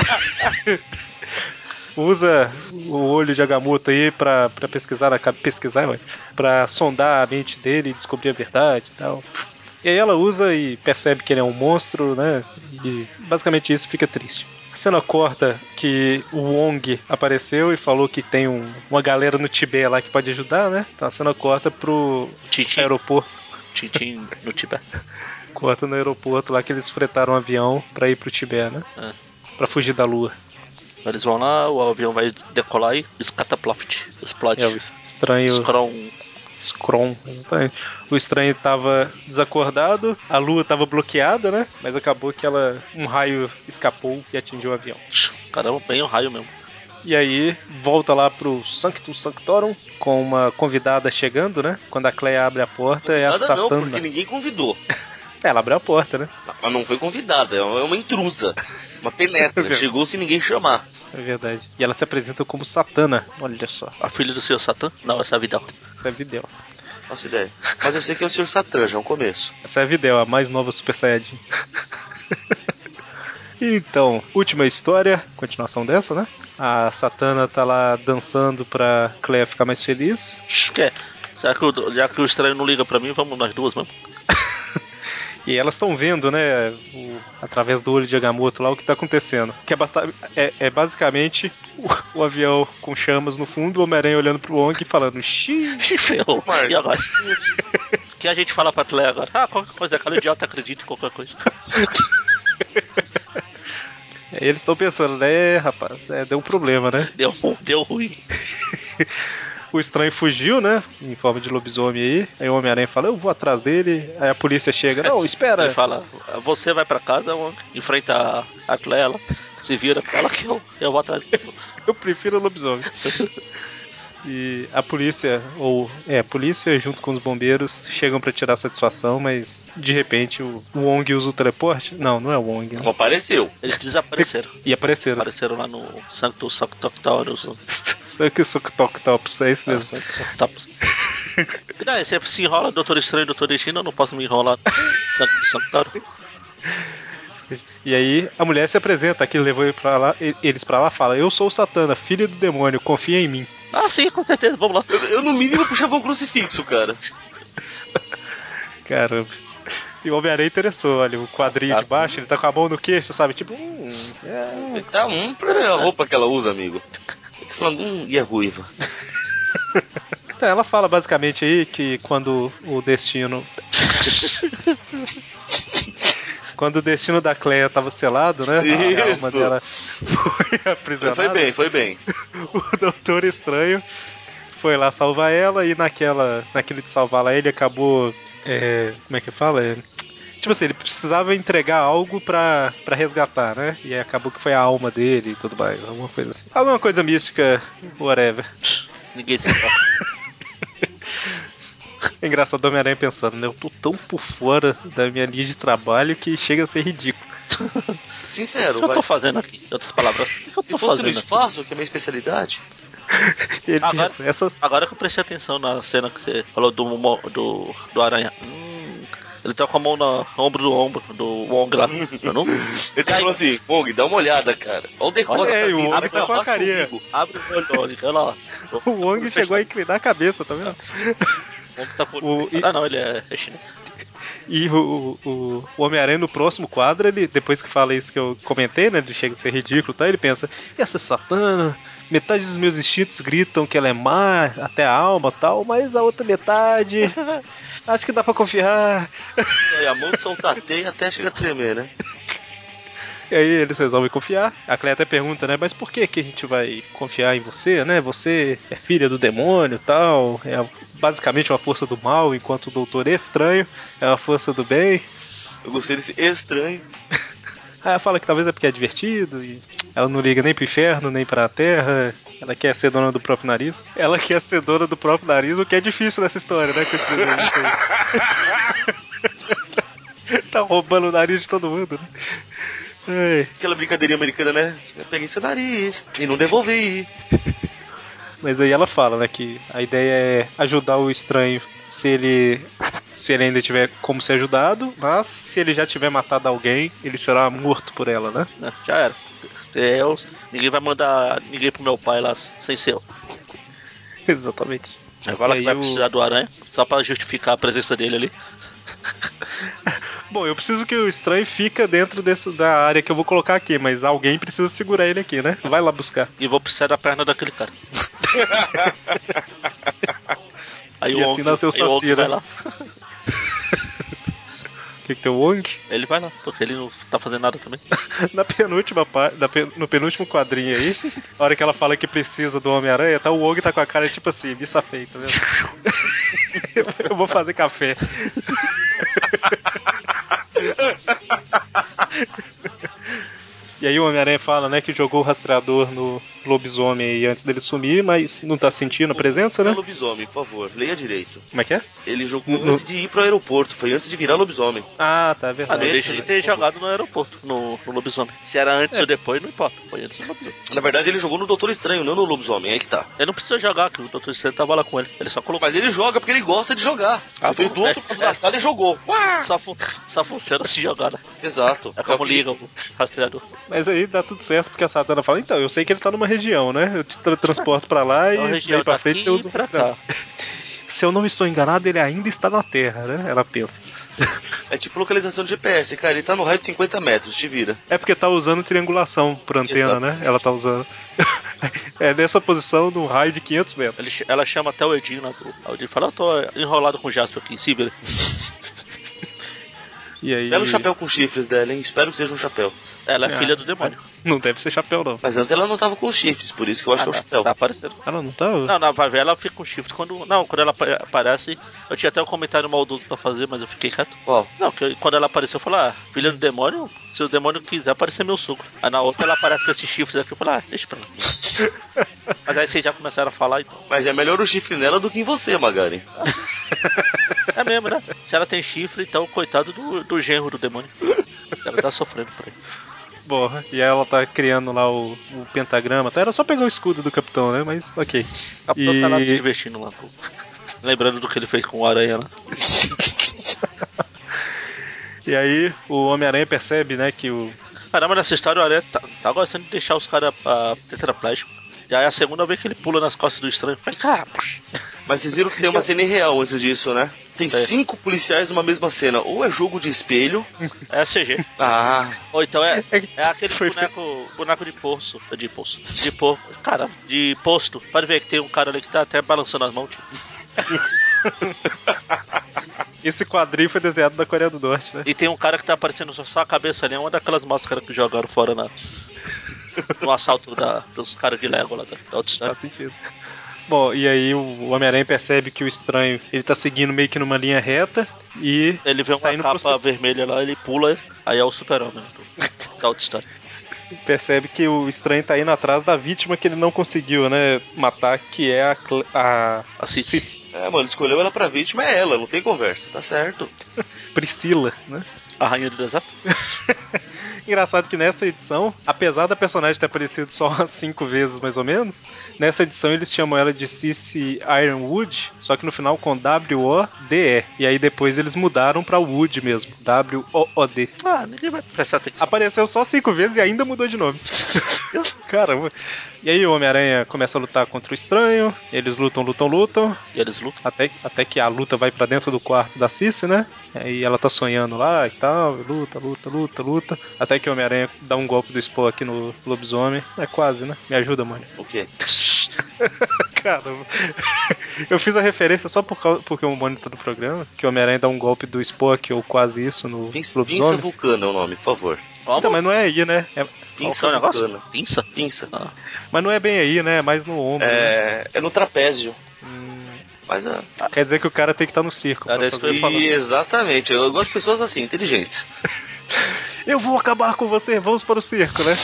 Usa o olho de Agamotto aí pra, pra pesquisar, a, pesquisar, ué, pra sondar a mente dele e descobrir a verdade e tal. E aí ela usa e percebe que ele é um monstro, né? E basicamente isso, fica triste. A cena corta que o Wong apareceu e falou que tem um- uma galera no Tibete lá que pode ajudar, né? Então a cena corta pro Tintim. aeroporto. Tintim no Tibete. Corta no aeroporto lá que eles fretaram um avião pra ir pro Tibete, né? É. Pra fugir da lua. Eles vão lá, o avião vai decolar e escataploft. Explode. É, o es- estranho. Scrum. Scrum, exatamente. O estranho tava desacordado, a lua tava bloqueada, né? Mas acabou que ela. Um raio escapou e atingiu o avião. Caramba, bem o raio mesmo. E aí, volta lá pro Sanctum Sanctorum, com uma convidada chegando, né? Quando a Cleia abre a porta, é a Nada não, Satana. porque ninguém convidou. Ela abre a porta, né? Ela não foi convidada, é uma intrusa. Uma penetra. Chegou sem ninguém chamar. É verdade. E ela se apresenta como Satana. Olha só. A filha do senhor Satã? Não, essa é a Vidal. Essa é a Videl. Nossa ideia. Mas eu sei que é o senhor Satã, já é um começo. Essa é a Videl, a mais nova Super Saiyajin. Então, última história, continuação dessa, né? A Satana tá lá dançando pra Cleia ficar mais feliz. Que? Será que o, já que o estranho não liga pra mim, vamos nós duas mesmo? E elas estão vendo, né, o- através do olho de Agamotto lá, o que tá acontecendo. Que é, basta- é- é basicamente o, o avião com chamas no fundo, o Homem-Aranha olhando pro Wong e falando xiii. Ferrou. Marcos. E agora? O que a gente fala pra Cleia agora? Ah, qualquer coisa, aquela idiota acredita em qualquer coisa. Aí eles estão pensando, né, rapaz, é, deu um problema, né? Deu, deu ruim. O estranho fugiu, né, em forma de lobisomem aí. Aí o Homem-Aranha fala, eu vou atrás dele. Aí a polícia chega, não, espera. Ele fala, você vai pra casa, enfrenta a, a Cleia, ela se vira com ela que eu, eu vou atrás. Eu prefiro o lobisomem. E a polícia, ou é, a polícia junto com os bombeiros chegam pra tirar satisfação, mas de repente o, o Wong usa o teleporte? Não, não é o Wong. Não Né? apareceu. Eles desapareceram. E apareceram. Apareceram lá no Sanctus Sanctotaurus. Só que o Soctops, é isso Ah, mesmo. Sanctus Sanctotaurus. E daí, você se enrola Doutor Estranho e Doutor Destino, eu não posso me enrolar Sanctus Sanctotaurus. E aí a mulher se apresenta, aqui levou ele pra lá, eles pra lá, fala: eu sou o Satana, filho do demônio, confia em mim. Ah, sim, com certeza, vamos lá. Eu, eu no mínimo puxava um crucifixo, cara. Caramba. E o Homem-Aranha interessou, olha, o quadrinho Ah, de baixo, ele tá com a mão no queixo, sabe? Tipo, hum, é... Tá um pra a roupa que ela usa, amigo. Ele tá falando, hum, e a ruiva? Então, ela fala basicamente aí que quando o destino. Quando o destino da Cleia tava selado, né? Isso. A alma dela foi aprisionada. Foi bem, foi bem. O Doutor Estranho foi lá salvar ela e naquela, naquele de salvar ela, ele acabou. É, como é que fala? É, tipo assim, ele precisava entregar algo pra, pra resgatar, né? E aí acabou que foi a alma dele e tudo mais, alguma coisa assim. Alguma coisa mística, whatever. Ninguém se importa. É engraçado o Homem-Aranha pensando, né? Eu tô tão por fora da minha linha de trabalho que chega a ser ridículo. Sincero, O que eu vai. tô fazendo aqui? Em outras palavras, o que eu Se tô fosse no fazendo aqui? espaço, que é a minha especialidade. Ele Agora- pensa, essas. Agora que eu prestei atenção na cena que você falou do, mo- do, do aranha. Hum, ele tá com a mão no ombro do ombro do Wong lá. Eu não... Ele tá falando assim, Wong, dá uma olhada, cara. Olha o decote. Olha aí, da o vida, Wong vai tá com a abaixo carinha. comigo. Abre o olho, olha, olha lá. O Wong chegou a inclinar a cabeça, tá vendo? O Wong tá com O- o... Ah, não, ele é, é chinês. E o, o, o Homem-Aranha no próximo quadro, ele, depois que fala isso que eu comentei, né? Ele chega a ser ridículo, tá? Ele pensa, essa Satana, metade dos meus instintos gritam que ela é má, até a alma tal, mas a outra metade, acho que dá pra confiar. Aí a mão solta a teia até chega a tremer, né? E aí eles resolvem confiar. A Cleia até pergunta, né? Mas por que que a gente vai confiar em você, né? Você é filha do demônio e tal. É basicamente uma força do mal, enquanto o Doutor Estranho é uma força do bem. Eu gostei desse estranho. Aí ela fala que talvez é porque é divertido e ela não liga nem pro inferno, nem pra terra. Ela quer ser dona do próprio nariz. Ela quer ser dona do próprio nariz, o que é difícil nessa história, né? Com esse desenho aí. Tá roubando o nariz de todo mundo, né? Ai. Aquela brincadeirinha americana, né? Eu peguei seu nariz e não devolvi. Mas aí ela fala, né, que a ideia é ajudar o estranho se ele se ele ainda tiver como ser ajudado, mas se ele já tiver matado alguém, ele será morto por ela, né? Né? Já era. Eu, ninguém vai mandar ninguém pro meu pai lá sem ser eu. Exatamente. Agora que vai o... precisar do aranha, só pra justificar a presença dele ali. Bom, eu preciso que o estranho fica dentro desse, da área que eu vou colocar aqui, mas alguém precisa segurar ele aqui, né? Vai lá buscar. E vou precisar da perna daquele cara. Aí E o assim Wong, nasceu o aí o Wong Saci, vai né? lá. O que, que tem o Wong? Ele vai lá, porque ele não tá fazendo nada também. Na penúltima pa- na pe- no penúltimo quadrinho aí, a hora que ela fala que precisa do Homem-Aranha, tá o Wong tá com a cara tipo assim, me safei, tá vendo? Eu vou fazer café. E aí o Homem-Aranha fala, né, que jogou o rastreador no lobisomem aí antes dele sumir, mas não tá sentindo a presença, Não é né? lobisomem, por favor, leia direito. Como é que é? Ele jogou No- antes de ir pro aeroporto, foi antes de virar lobisomem. Ah, tá, é Ah, verdade. não deixa deixa de ele, ter por favor. jogado no aeroporto, no, no lobisomem. Se era antes É. ou depois, não importa. Foi antes do lobisomem. Na verdade, ele jogou no Doutor Estranho, não no lobisomem, aí que tá. Ele não precisa jogar, que o doutor Estranho tava lá com ele. Ele só colocou. Mas ele joga porque ele gosta de jogar. Ah, ele fez bom, do outro é, lado da é. sala e jogou. Uá! Só, fu só funciona se jogar, né? Exato. É como o que- liga o rastreador. Mas aí dá tudo certo, porque a Satana fala, então, eu sei que ele tá numa região, né? Eu te tra- transporto pra lá Então a e região daí pra tá frente você aqui usa o pra rastreador. cá. Se eu não estou enganado, ele ainda está na Terra, né? Ela pensa. É tipo localização de G P S, cara. Ele tá no raio de cinquenta metros, te vira. É porque tá usando triangulação por antena, né? Exatamente. Ela tá usando. É nessa posição num raio de quinhentos metros. Ele ch- ela chama até o Edinho lá do. Aí o Edinho fala, eu tô enrolado com o Jasper aqui, se vira. E aí. Belo chapéu com chifres dela, hein? Espero que seja um chapéu. Ela é Ah, filha do demônio. Não deve ser chapéu, não. Mas antes ela não tava com chifres, por isso que eu acho Ah, que é um não, chapéu. tá aparecendo. Ela não tava? Não, na vai ver, ela fica com chifre quando. Não, quando ela apa- aparece. Eu tinha até um comentário maldoso pra fazer, mas eu fiquei quieto. Ó, Não, que quando ela apareceu, eu falei, ah, filha do demônio, se o demônio quiser aparecer meu sogro. Aí na outra ela aparece com esses chifres aqui, eu falei, ah, deixa pra lá. Mas aí vocês já começaram a falar, então. mas é melhor o chifre nela do que em você, Magari. É mesmo, né? Se ela tem chifre, então coitado do, do genro do demônio. Deve estar sofrendo por aí. Bom, e aí ela tá criando lá o, o pentagrama. Tá? Era só pegar o escudo do capitão, né? Mas ok. A pessoa tá lá se E, divertindo lá. Pô. Lembrando do que ele fez com o aranha lá. e aí o Homem-Aranha percebe, né, que o. Caramba, nessa história o aranha tá, tá gostando de deixar os caras uh, tetraplégicos. Já é a segunda vez que ele pula nas costas do estranho. Vai cá, puxa. Mas vocês viram que tem uma cena irreal antes disso, né? Tem É. cinco policiais numa mesma cena. Ou é jogo de espelho. É C G. Ah, Ou então é, É que é aquele foi boneco, boneco de poço. De poço. De porco. Caramba, de posto. Pode ver que tem um cara ali que tá até balançando as mãos, tipo. Esse quadrinho foi desenhado na Coreia do Norte, né? E tem um cara que tá aparecendo só, só a cabeça ali, é uma daquelas máscaras que jogaram fora na, no assalto da, dos caras de Lego lá da, da outra história. Faz sentido. Bom, e aí o Homem-Aranha percebe que o estranho ele tá seguindo meio que numa linha reta e Ele vê uma tá indo capa pros- vermelha lá, ele pula, aí é o super-homem do- da outra história. percebe que o estranho tá indo atrás da vítima que ele não conseguiu, né, matar, que é a, Cle- a Assim, Cici, é, mano, escolheu ela pra vítima, é ela, não tem conversa, tá certo. Priscila, né? a rainha do deserto. Engraçado que nessa edição, apesar da personagem ter aparecido só umas cinco vezes mais ou menos, nessa edição eles chamam ela de Cici Ironwood, só que no final com W O D E. E aí depois eles mudaram pra Wood mesmo, W O O D. Ah, ninguém vai prestar atenção. Apareceu só cinco vezes e ainda mudou de nome. Caramba. E aí o Homem-Aranha começa a lutar contra o estranho, eles lutam, lutam, lutam, E eles lutam. até, até que a luta vai pra dentro do quarto da Cici, né? Aí ela tá sonhando lá e tal, luta, luta, luta, luta. Até que o Homem-Aranha dá um golpe do Spock no lobisomem. É quase, né? Me ajuda, mano. O quê? Caramba. Eu fiz a referência só por causa, porque o Mônio tá no programa, que o Homem-Aranha dá um golpe do Spock ou quase isso no Pinça, pinça lobisomem. vulcana é o nome, por favor. Como? Então, mas não é aí, né? É- Qual Pinça que é o negócio? vulcana. Pinça? Pinça. Ah. mas não é bem aí, né? É mais no ombro. Né? É, é no trapézio. Hum, Mas é. quer dizer que o cara tem que estar no circo. Era pra isso que fazer eu ia falar. E, exatamente, eu gosto de pessoas assim, inteligentes. eu vou acabar com você, vamos para o circo, né?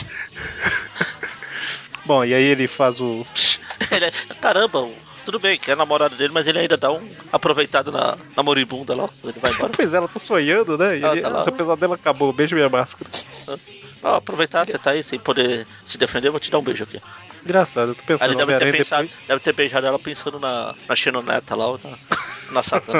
Bom, e aí ele faz o... Ele é, caramba, tudo bem, que é a namorada dele, mas ele ainda dá um aproveitado na, na moribunda lá, ele vai embora. Pois é, ela tá sonhando, né? E Ela ele, tá ah, lá. seu pesadelo acabou, beijo minha máscara. Ah, aproveitar, você tá aí sem poder se defender, eu vou te dar um beijo aqui. Engraçado, eu tô Aí pensando, ele deve ter Homem-Aranha pensado, depois... deve ter beijado ela pensando na, na Xenoneta lá, ou na, na Satã.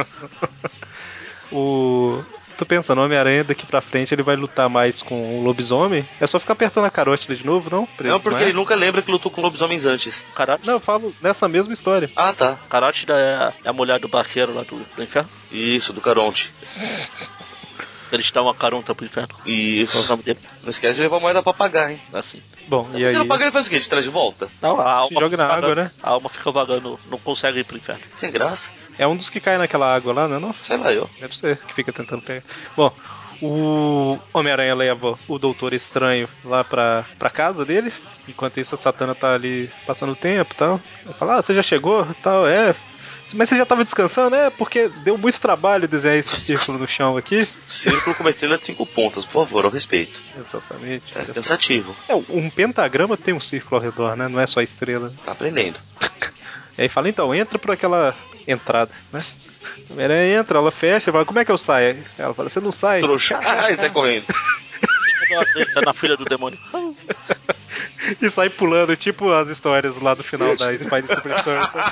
O... Tô pensando, o Homem-Aranha daqui pra frente ele vai lutar mais com o lobisomem. É só ficar apertando a carótida de novo, não? Pra Não, porque desmaiar? ele nunca lembra que lutou com lobisomens antes. Carótida, Não, eu falo nessa mesma história. Ah, tá. Carótida é, é a mulher do barqueiro lá do, do inferno. Isso, do Caronte. Ele te dá uma carunta pro inferno. Isso. Qual é o nome dele? Não esquece de levar moeda pra pagar, hein? Assim. Bom, Se e você aí... não pagar, ele faz o quê? Te traz de volta? Não, a alma Se joga fica na água, vagando. né? A alma fica vagando, não consegue ir pro inferno. Sem graça. É um dos que cai naquela água lá, não é não? Sei lá, eu. Deve ser, que fica tentando pegar. Bom, o Homem-Aranha leva o Doutor Estranho lá pra, pra casa dele. Enquanto isso, a Satana tá ali passando o tempo e tal. Ele fala, ah, você já chegou e tal, é... Mas você já tava descansando? É, porque deu muito trabalho desenhar esse círculo no chão aqui. Círculo com uma estrela de cinco pontas, por favor, ao respeito. Exatamente. É cansativo. É, um pentagrama tem um círculo ao redor, né? Não é só a estrela. Tá aprendendo. E aí fala, então, entra por aquela entrada, né? A Homem-Aranha entra, ela fecha, fala, como é que eu saio? Ela fala, você não sai. Trouxa. Ah, sai correndo. Tá na filha do demônio. E sai pulando, tipo as histórias lá do final da Spider Super Story. Sabe?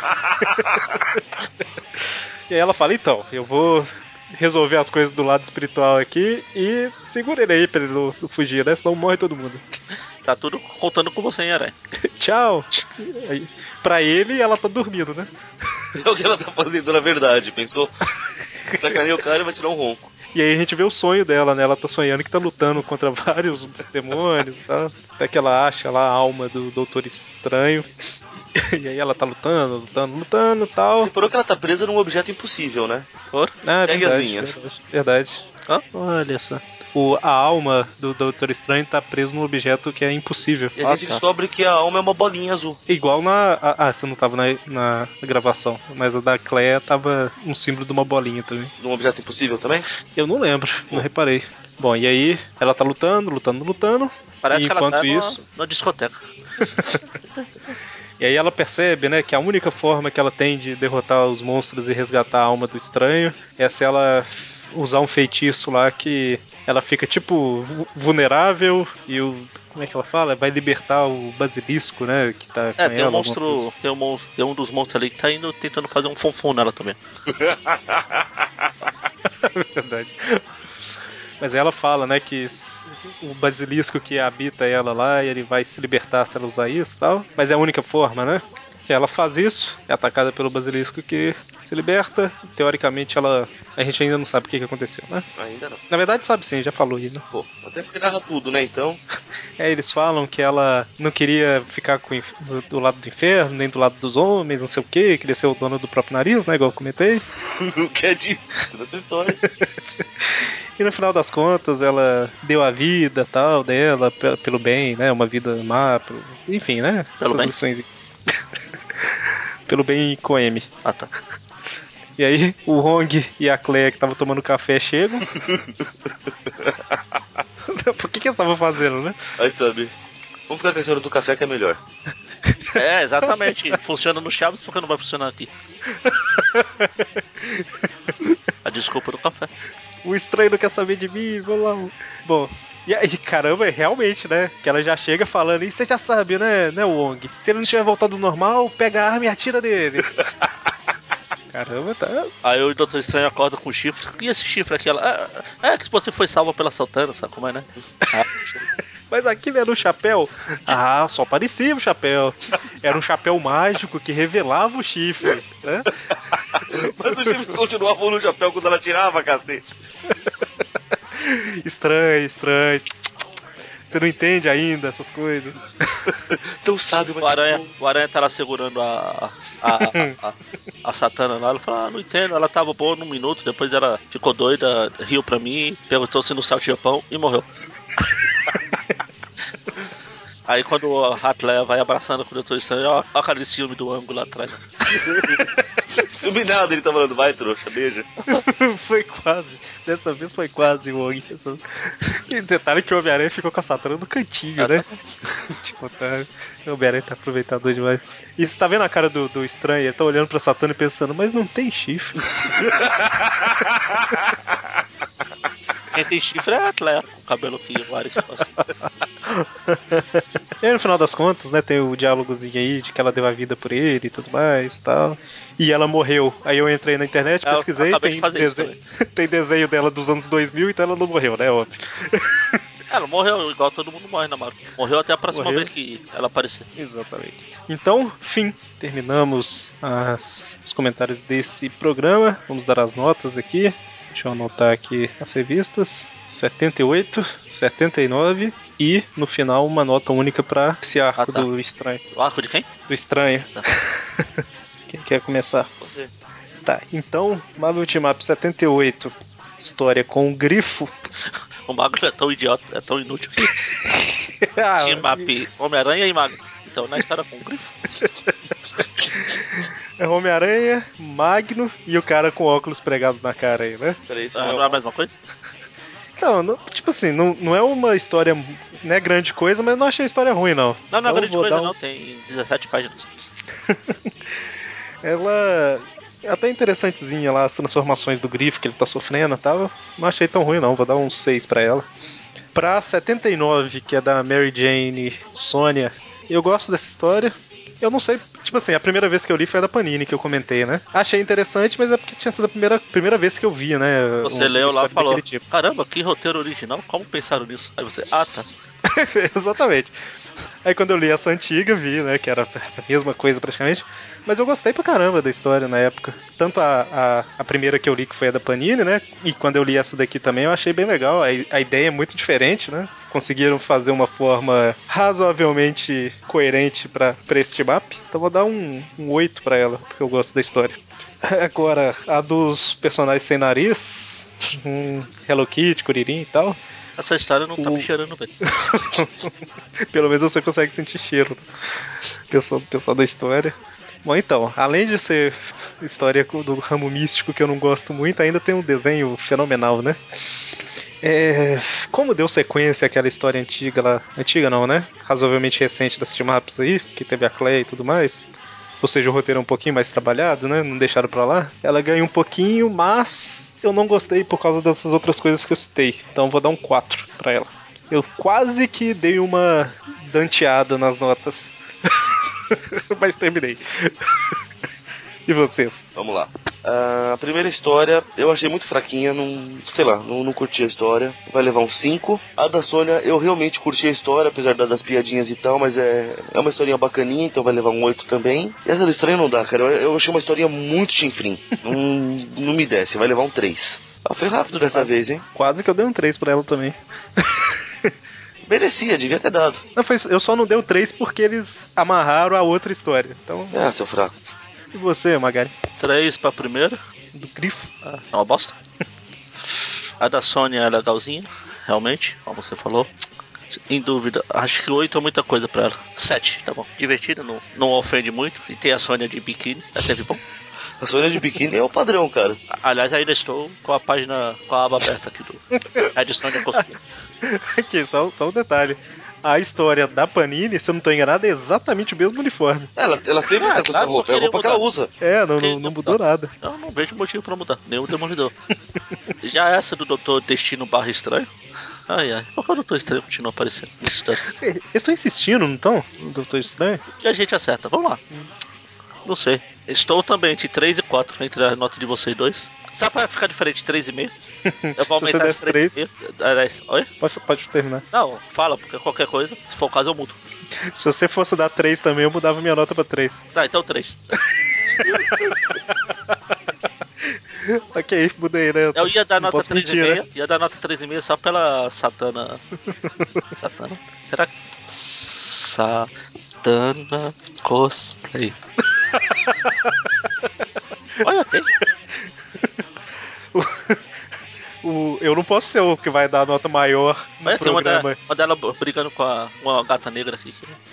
E aí ela fala, então, eu vou resolver as coisas do lado espiritual aqui e segura ele aí pra ele não, não fugir, né? Senão morre todo mundo. Tá tudo contando com você, hein, Aranha? Tchau. Aí, pra ele, ela tá dormindo, né? É o que ela tá fazendo na verdade, pensou? Sacaneia o cara e vai tirar um ronco. E aí a gente vê o sonho dela, né? Ela tá sonhando que tá lutando contra vários demônios e tal. Até que ela acha lá a alma do Doutor Estranho. E aí ela tá lutando, lutando, lutando e tal. Reparou que ela tá presa num objeto impossível, né? Por? Ah, Segue verdade, as linhas. verdade, verdade. Hã? Olha só. O, a alma do Doutor Estranho tá preso num objeto que é impossível. E a Ah, gente tá. descobre que a alma é uma bolinha azul. Igual na. Ah, ah, você não tava na, na gravação, mas a da Clea tava um símbolo de uma bolinha também. Num objeto impossível também? Eu não lembro, não reparei. Bom, e aí ela tá lutando, lutando, lutando. Parece e que ela enquanto tá numa, isso. numa discoteca. E aí ela percebe, né, que a única forma que ela tem de derrotar os monstros e resgatar a alma do estranho é se ela usar um feitiço lá que ela fica tipo vu- vulnerável e o como é que ela fala? Vai libertar o basilisco, né, que tá É, com tem um ela. alguma coisa. monstro. Tem um, mon- tem um dos monstros ali que tá indo tentando fazer um fonfon nela também. Verdade. Mas ela fala, né, que s- o basilisco que habita ela lá, ele vai se libertar se ela usar isso e tal. Mas é a única forma, né? Que ela faz isso, é atacada pelo basilisco que se liberta. Teoricamente, ela. A gente ainda não sabe o que, que aconteceu, né? Ainda não. Na verdade, sabe sim, já falou aí, né? Pô, até porque narra tudo, né? Então. É, eles falam que ela não queria ficar com o inf- do, do lado do inferno, nem do lado dos homens, não sei o que, queria ser o dono do próprio nariz, né? Igual eu comentei. O que é disso dessa história? E no final das contas, ela deu a vida tal dela pe- pelo bem, né? Uma vida má, pelo- enfim, né? Pelo Essas bem? lições. Pelo bem com M. Ah, tá. E aí, o Hong e a Clea que estavam tomando café chegam. Por que que eles estavam fazendo, né? Aí sabe. Vamos ficar com a história do café que é melhor. É, exatamente. Funciona no Chaves porque não vai funcionar aqui. A desculpa do café. O estranho não quer saber de mim, vamos lá. Bom, e aí, caramba, realmente, né? Que ela já chega falando, e você já sabe, né, né, Wong? Se ele não tiver voltado ao normal, pega a arma e atira dele. Caramba, tá. Aí o Doutor Estranho acorda com o chifre. E esse chifre aqui? Ela, é, é que se você foi salva pela Sultana, sabe como é, né? Ah, Mas aquilo era um chapéu? Ah, só parecia um chapéu. Era um chapéu mágico que revelava o chifre, né? Mas os chifres continuavam no chapéu quando ela tirava, cacete. Estranho, estranho. Você não entende ainda essas coisas. Tão sábio, mas o, aranha, o Aranha tá lá segurando a, a, a, a, a Satana lá. Ela fala, ah, não entendo. Ela tava boa num minuto, depois ela ficou doida, riu pra mim, perguntou se no Salto Japão e morreu. Aí quando a Hatley vai abraçando com o Doutor Estranho, ó, ó a cara de ciúme do ângulo lá atrás. Subnado, ele tá falando, vai, trouxa, beija. Foi quase. Dessa vez foi quase o Wong. Essa- E detalhe que o Homem-Aranha ficou com a Satana no cantinho, Ah, né? tá Tipo, tá... O Homem-Aranha tá aproveitador demais. E você tá vendo a cara do, do estranho? Ele tá olhando pra Satana e pensando, mas não tem chifre. Quem tem chifre é atleta, com cabelo que vários costas. E aí, no final das contas, né, tem o diálogozinho aí de que ela deu a vida por ele e tudo mais e tal. E ela morreu. Aí eu entrei na internet, Eu pesquisei, acabei de tem, fazer isso desenho, tem desenho dela dos anos dois mil, então ela não morreu, né, óbvio. Ela morreu igual todo mundo morre na Marvel. Morreu até a próxima Morreu. vez que ela aparecer. Exatamente. Então, fim. Terminamos as, os comentários desse programa. Vamos dar as notas aqui. Deixa eu anotar aqui as revistas. setenta e oito, setenta e nove e no final uma nota única para esse arco Ah, tá. do estranho. O arco de quem? Do estranho. Tá. Quem quer começar? Você. Tá, então, Marvel Team Up setenta e oito. História com o Grifo. O Mago é tão idiota, é tão inútil que Ah, Team Up Homem-Aranha e Mago. Então, na história com o Grifo. É Homem-Aranha, Magno e o cara com óculos pregados na cara aí, né? Peraí, isso Ah, não não é a mesma coisa? Não, não- tipo assim, não, não é uma história, não é grande coisa, mas não achei a história ruim, não. Não, não é Então, grande vou coisa dar um- não, tem dezessete páginas. Ela é até interessantezinha lá, as transformações do Grifo que ele tá sofrendo e tal. Não achei tão ruim, não. Vou dar um seis pra ela. Pra setenta e nove, que é da Mary Jane Sônia, eu gosto dessa história. Eu não sei, tipo assim, a primeira vez que eu li foi a da Panini, que eu comentei, né? Achei interessante, mas é porque tinha sido a primeira, primeira vez que eu via, né? Você uma leu lá e história falou: daquele tipo. caramba, que roteiro original, como pensaram nisso? Aí você, ah tá. Exatamente. Aí quando eu li essa antiga, vi, né, que era a mesma coisa praticamente. Mas eu gostei pra caramba da história na época. Tanto a, a, a primeira que eu li, que foi a da Panini, né? E quando eu li essa daqui também, eu achei bem legal. A, a ideia é muito diferente, né? Conseguiram fazer uma forma razoavelmente coerente pra, pra esse team-up. Então vou dar um, um oito pra ela, porque eu gosto da história. Agora, a dos personagens sem nariz, um Hello Kitty, Kuririn e tal. Essa história não tá O- me cheirando bem. Pelo menos você consegue sentir cheiro. Pessoal, pessoal da história. Bom, então, além de ser história do ramo místico que eu não gosto muito, ainda tem um desenho fenomenal, né? É, como deu sequência àquela história antiga lá. Antiga não, né? Razoavelmente recente das team-ups aí, que teve a Clay e tudo mais. Ou seja, o roteiro é um pouquinho mais trabalhado, né? Não deixaram pra lá. Ela ganha um pouquinho, mas eu não gostei por causa dessas outras coisas que eu citei. Então vou dar um quatro pra ela. Eu quase que dei uma danteada nas notas. Mas terminei. E vocês? Vamos lá. Ah, a primeira história eu achei muito fraquinha, não, sei lá, não, não curti a história. Vai levar um cinco. A da Sônia eu realmente curti a história, apesar da- das piadinhas e tal, mas é, é uma historinha bacaninha, então vai levar um oito também. E essa da estranha não dá, cara. Eu, eu achei uma historinha muito chinfrim. não, não me desce, vai levar um três. Ah, foi rápido dessa Quase. vez, hein? Quase que eu dei um três pra ela também. Merecia, devia ter dado. Não, foi, eu só não dei o três porque eles amarraram a outra história. Então, Ah, seu fraco. e você, Magari? Três pra primeira. Do Grifo? Ah, é uma bosta. A da Sônia é legalzinha, realmente, como você falou. Em dúvida, acho que oito é muita coisa pra ela. Sete, tá bom. Divertida, não, não ofende muito. E tem a Sônia de biquíni, é sempre bom. A Sônia de biquíni é o padrão, cara. Aliás, ainda estou com a página, com a aba aberta aqui do Red Sônia Costume. Aqui, só, só um detalhe. A história da Panini, se eu não tô enganado, é exatamente o mesmo uniforme. Ela, ela sempre Ah, tá com essa claro, roupa, é a queria roupa que ela mudar. usa. É, não, Queria não, não mudou mudar. nada. Eu não vejo motivo pra mudar, nem o Demolidor. Já essa do doutor Destino Barra Estranho. Ai, ai. Por que o Doutor Estranho continua aparecendo nessa história? Eles estão insistindo, não estão? O Doutor Estranho? E a gente acerta, vamos lá. Não sei. Estou também entre três e quatro entre a nota de vocês dois. Só pra ficar diferente, três e meio. Eu vou Se você aumentar desse esse três três, e meio. Aliás, oi? pode, pode terminar. Não, fala, porque qualquer coisa, se for o caso, eu mudo. Se você fosse dar três também, eu mudava minha nota pra três. Tá, então três. Ok, mudei, né? Eu ia dar Não nota posso três e mentir, meio. né? Ia dar nota três e meio só pela Satana. Satana? Será que. Satana Cosplay. Olha, tem. O, eu não posso ser o que vai dar a nota maior no Olha, tem uma, da, programa. uma dela brigando com a, uma gata negra aqui. Que...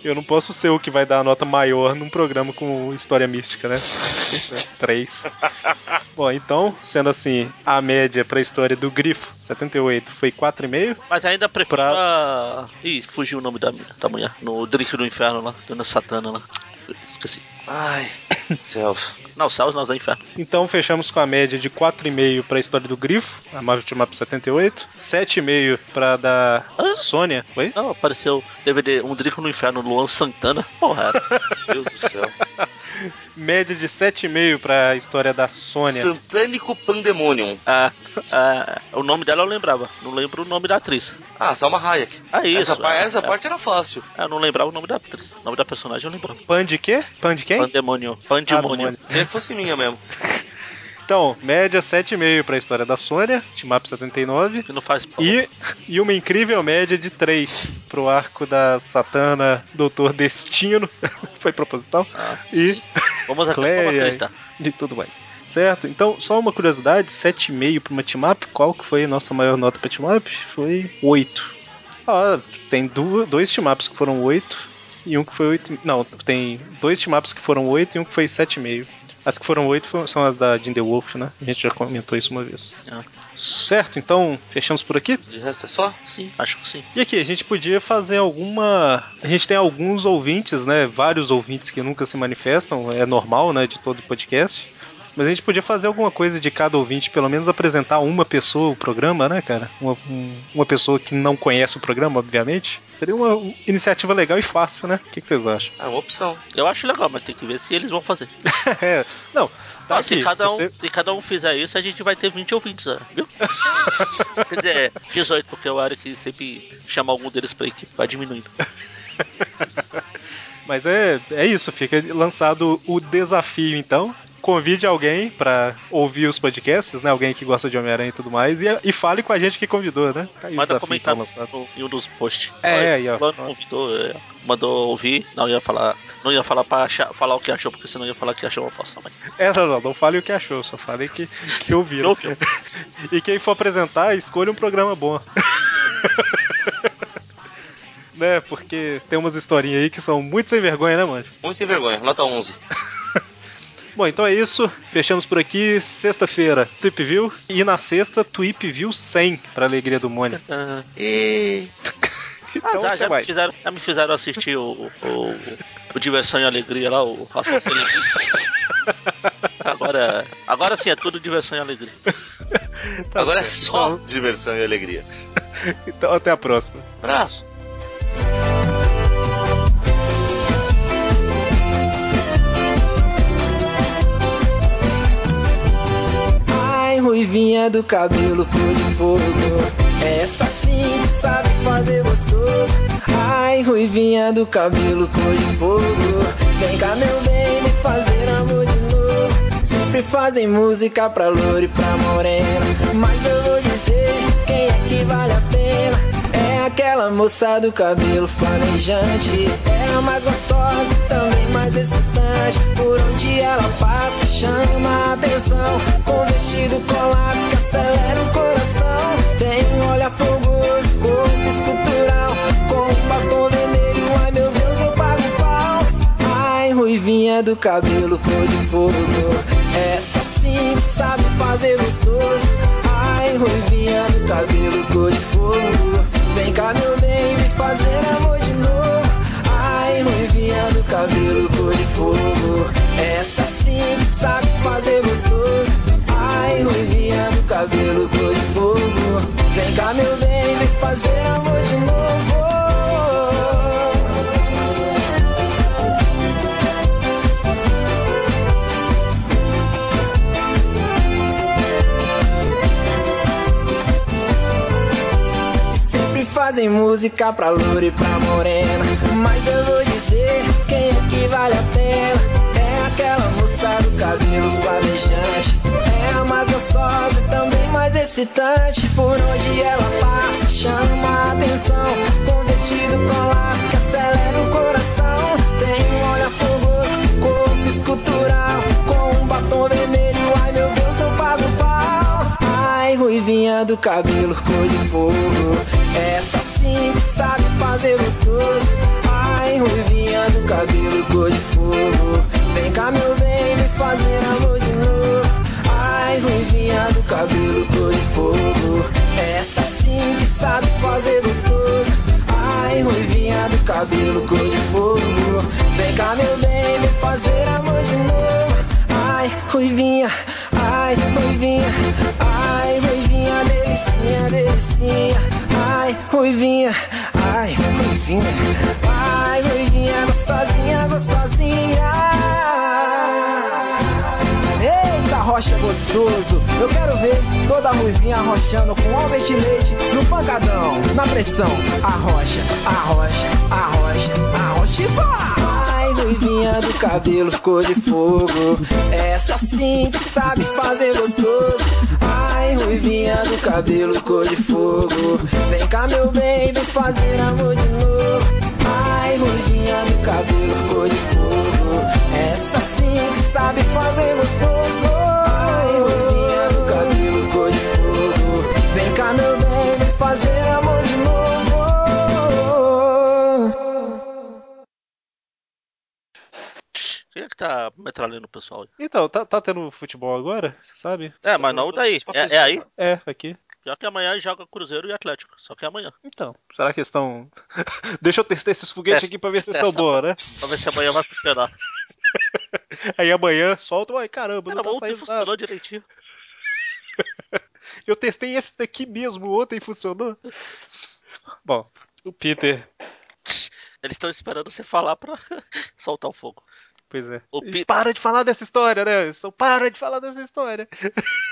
Eu não posso ser o que vai dar a nota maior num programa com história mística, né? Três. Bom, então, sendo assim, a média pra história do Grifo, setenta e oito, foi quatro vírgula cinco. Mas ainda prefiro Pra- a... Ih, fugiu o nome da, da mulher. No Drink do Inferno lá, Dona Satana lá. Esqueci. Ai, céus. Não, Céus não, é Inferno. Então fechamos com a média de quatro vírgula cinco para a história do Grifo, a Marvel Team Up setenta e oito, sete vírgula cinco para da Hã? Sônia. Oi? Não, apareceu D V D Um Drink no Inferno, Luan Santana. Porra, Deus do céu. Média de sete vírgula cinco para a história da Sônia. Santânico Pandemonium. ah, ah, o nome dela eu lembrava. Não lembro o nome da atriz. Ah, Salma Hayek. Ah, isso. Essa, pa- é, essa é. parte era fácil. Eu não lembrava o nome da atriz. O nome da personagem eu lembrava. Pan de quê? Pan de quem? Pandemônio. Ah, Pandemônio. demônio. Queria que fosse minha mesmo. Então, média sete vírgula cinco para a história da Sônia, Team Up setenta e nove. Que não faz... E, e uma incrível média de três pro arco da Satana Doutor Destino. Foi proposital. Ah, E sim. Vamos até Cleia vamos acreditar. e tudo mais. Certo? Então, só uma curiosidade: sete vírgula cinco para uma Team Up. Qual que foi a nossa maior nota para Team Up? Foi oito. Ah, tem du- dois Team Ups que foram oito e um que foi oito. Não, tem dois Team Ups que foram oito e um que foi sete vírgula cinco. As que foram oito foram- são as da Jim The Wolf, né? A gente já comentou isso uma vez. Ah, Certo, então fechamos por aqui. De resto é só? sim, acho que sim. E aqui, a gente podia fazer alguma. A gente tem alguns ouvintes, né? Vários ouvintes que nunca se manifestam, é normal, né? De todo podcast. Mas a gente podia fazer alguma coisa de cada ouvinte, pelo menos apresentar uma pessoa o programa, né, cara? Uma, um- uma pessoa que não conhece o programa, obviamente. Seria uma iniciativa legal e fácil, né? O que, que vocês acham? É uma opção. Eu acho legal, mas tem que ver se eles vão fazer. É, não, tá Ah, se, aqui, cada se um, você- se cada um fizer isso, a gente vai ter vinte ouvintes, né? Viu? Quer dizer, dezoito, porque é o Eric sempre chama algum deles pra equipe, vai diminuindo. Mas é, é isso, fica lançado o desafio, então. Convide alguém pra ouvir os podcasts, né? Alguém que gosta de Homem-Aranha e tudo mais. E, e fale com a gente que convidou, né? Tá aí o Manda desafio, então, comentário lançado. no, em um dos posts. É, Olha, aí, ó. fulano convidou, é, mandou ouvir, não ia falar, não ia falar pra achar, falar o que achou, porque senão ia falar que achou uma posta, mas É, não, não, não fale o que achou, só fale que, que ouviram. que ouviu. E quem for apresentar, escolha um programa bom. Né? Porque tem umas historinhas aí que são muito sem vergonha, né, mano? Muito sem vergonha. Nota onze. Bom, então é isso. Fechamos por aqui. Sexta-feira, Tweep View. E na sexta, Tweep View cem, pra alegria do Mônio. Ah, E... Então, ah, já, até já, me mais. fizeram, já me fizeram assistir o, o, o Diversão e Alegria lá, o Assassino Agora, agora sim, é tudo diversão e alegria. Tá Agora é certo. só diversão e alegria. Então, até a próxima. Abraço. Ai, ruivinha do cabelo cor de fogo, essa sim que sabe fazer gostoso. Ai, ruivinha do cabelo cor de fogo, vem cá meu bem, me fazer amor de novo. Sempre fazem música pra loura e pra morena, mas eu vou dizer quem é que vale a pena. É aquela moça do cabelo flamejante, é a mais gostosa e também mais excitante. Por onde ela passa chama a atenção, com vestido colado que acelera o coração. Tem um olhar fogoso, corpo escultural, com um batom vermelho, ai meu Deus eu pago pau. Ai, ruivinha do cabelo cor de fogo, essa sim sabe fazer gostoso. Ai, ruivinha do cabelo cor de fogo, vem cá meu bem, me fazer amor de novo. Ai, ruivinha do cabelo cor de fogo, essa sim que sabe fazer gostoso. Ai, ruivinha do cabelo cor de fogo, vem cá meu bem, me fazer amor de novo. Fazem música pra loura e pra morena, mas eu vou dizer quem é que vale a pena. É aquela moça do cabelo flamejante, é a mais gostosa e também mais excitante. Por onde ela passa chama a atenção, com vestido colado que acelera o coração. Tem um olhar fogoso, corpo escultural, com um batom vermelho, ai meu Deus eu pago pau. Ai, ruim ruivinha do cabelo cor de fogo. Essa sim que sabe fazer gostoso. Ai, ruivinha do cabelo cor de fogo. Vem cá, meu bem, me fazer amor de novo. Ai, ruivinha do cabelo cor de fogo. Essa sim que sabe fazer gostoso. Ai, ruivinha do cabelo cor de fogo. Vem cá, meu bem, me fazer amor de novo. Ai, ruivinha, ai, ruivinha, ai, ruivinha, delicinha, delicinha. Ai, ruivinha, ai, ruivinha, ai, ruivinha, gostosinha, gostosinha. Eita, rocha gostoso, eu quero ver toda a ruivinha arrochando com Albert Leite no pancadão, na pressão. Arrocha, arrocha, arrocha, arrocha e vá! Ai, ruivinha do cabelo cor de fogo. Essa sim que sabe fazer gostoso. Ai, ruivinha do cabelo cor de fogo. Vem cá, meu bem, vem fazer amor de novo. Ai, ruivinha do cabelo cor de fogo. Essa sim que sabe fazer gostoso. Ai, ruivinha do cabelo cor de fogo. Vem cá, meu bem, vem fazer amor de novo. Quem é que tá metralhando o pessoal aí? Então, tá, tá tendo futebol agora? Você sabe? É, mas não daí. É, é aí? É, aqui. Já que amanhã joga Cruzeiro e Atlético. Só que é amanhã. Então, será que eles estão. Deixa eu testar esses foguetes Testa, aqui pra ver se eles testa. estão boas, né? Pra ver se amanhã vai funcionar. Aí amanhã solta, ai caramba, Cara, não tá ontem saindo funcionou nada. direitinho. Eu testei esse daqui mesmo ontem, funcionou. Bom, o Peter. Eles estão esperando você falar pra soltar o fogo. Pois é. O Pi- Para de falar dessa história, né? Só para de falar dessa história.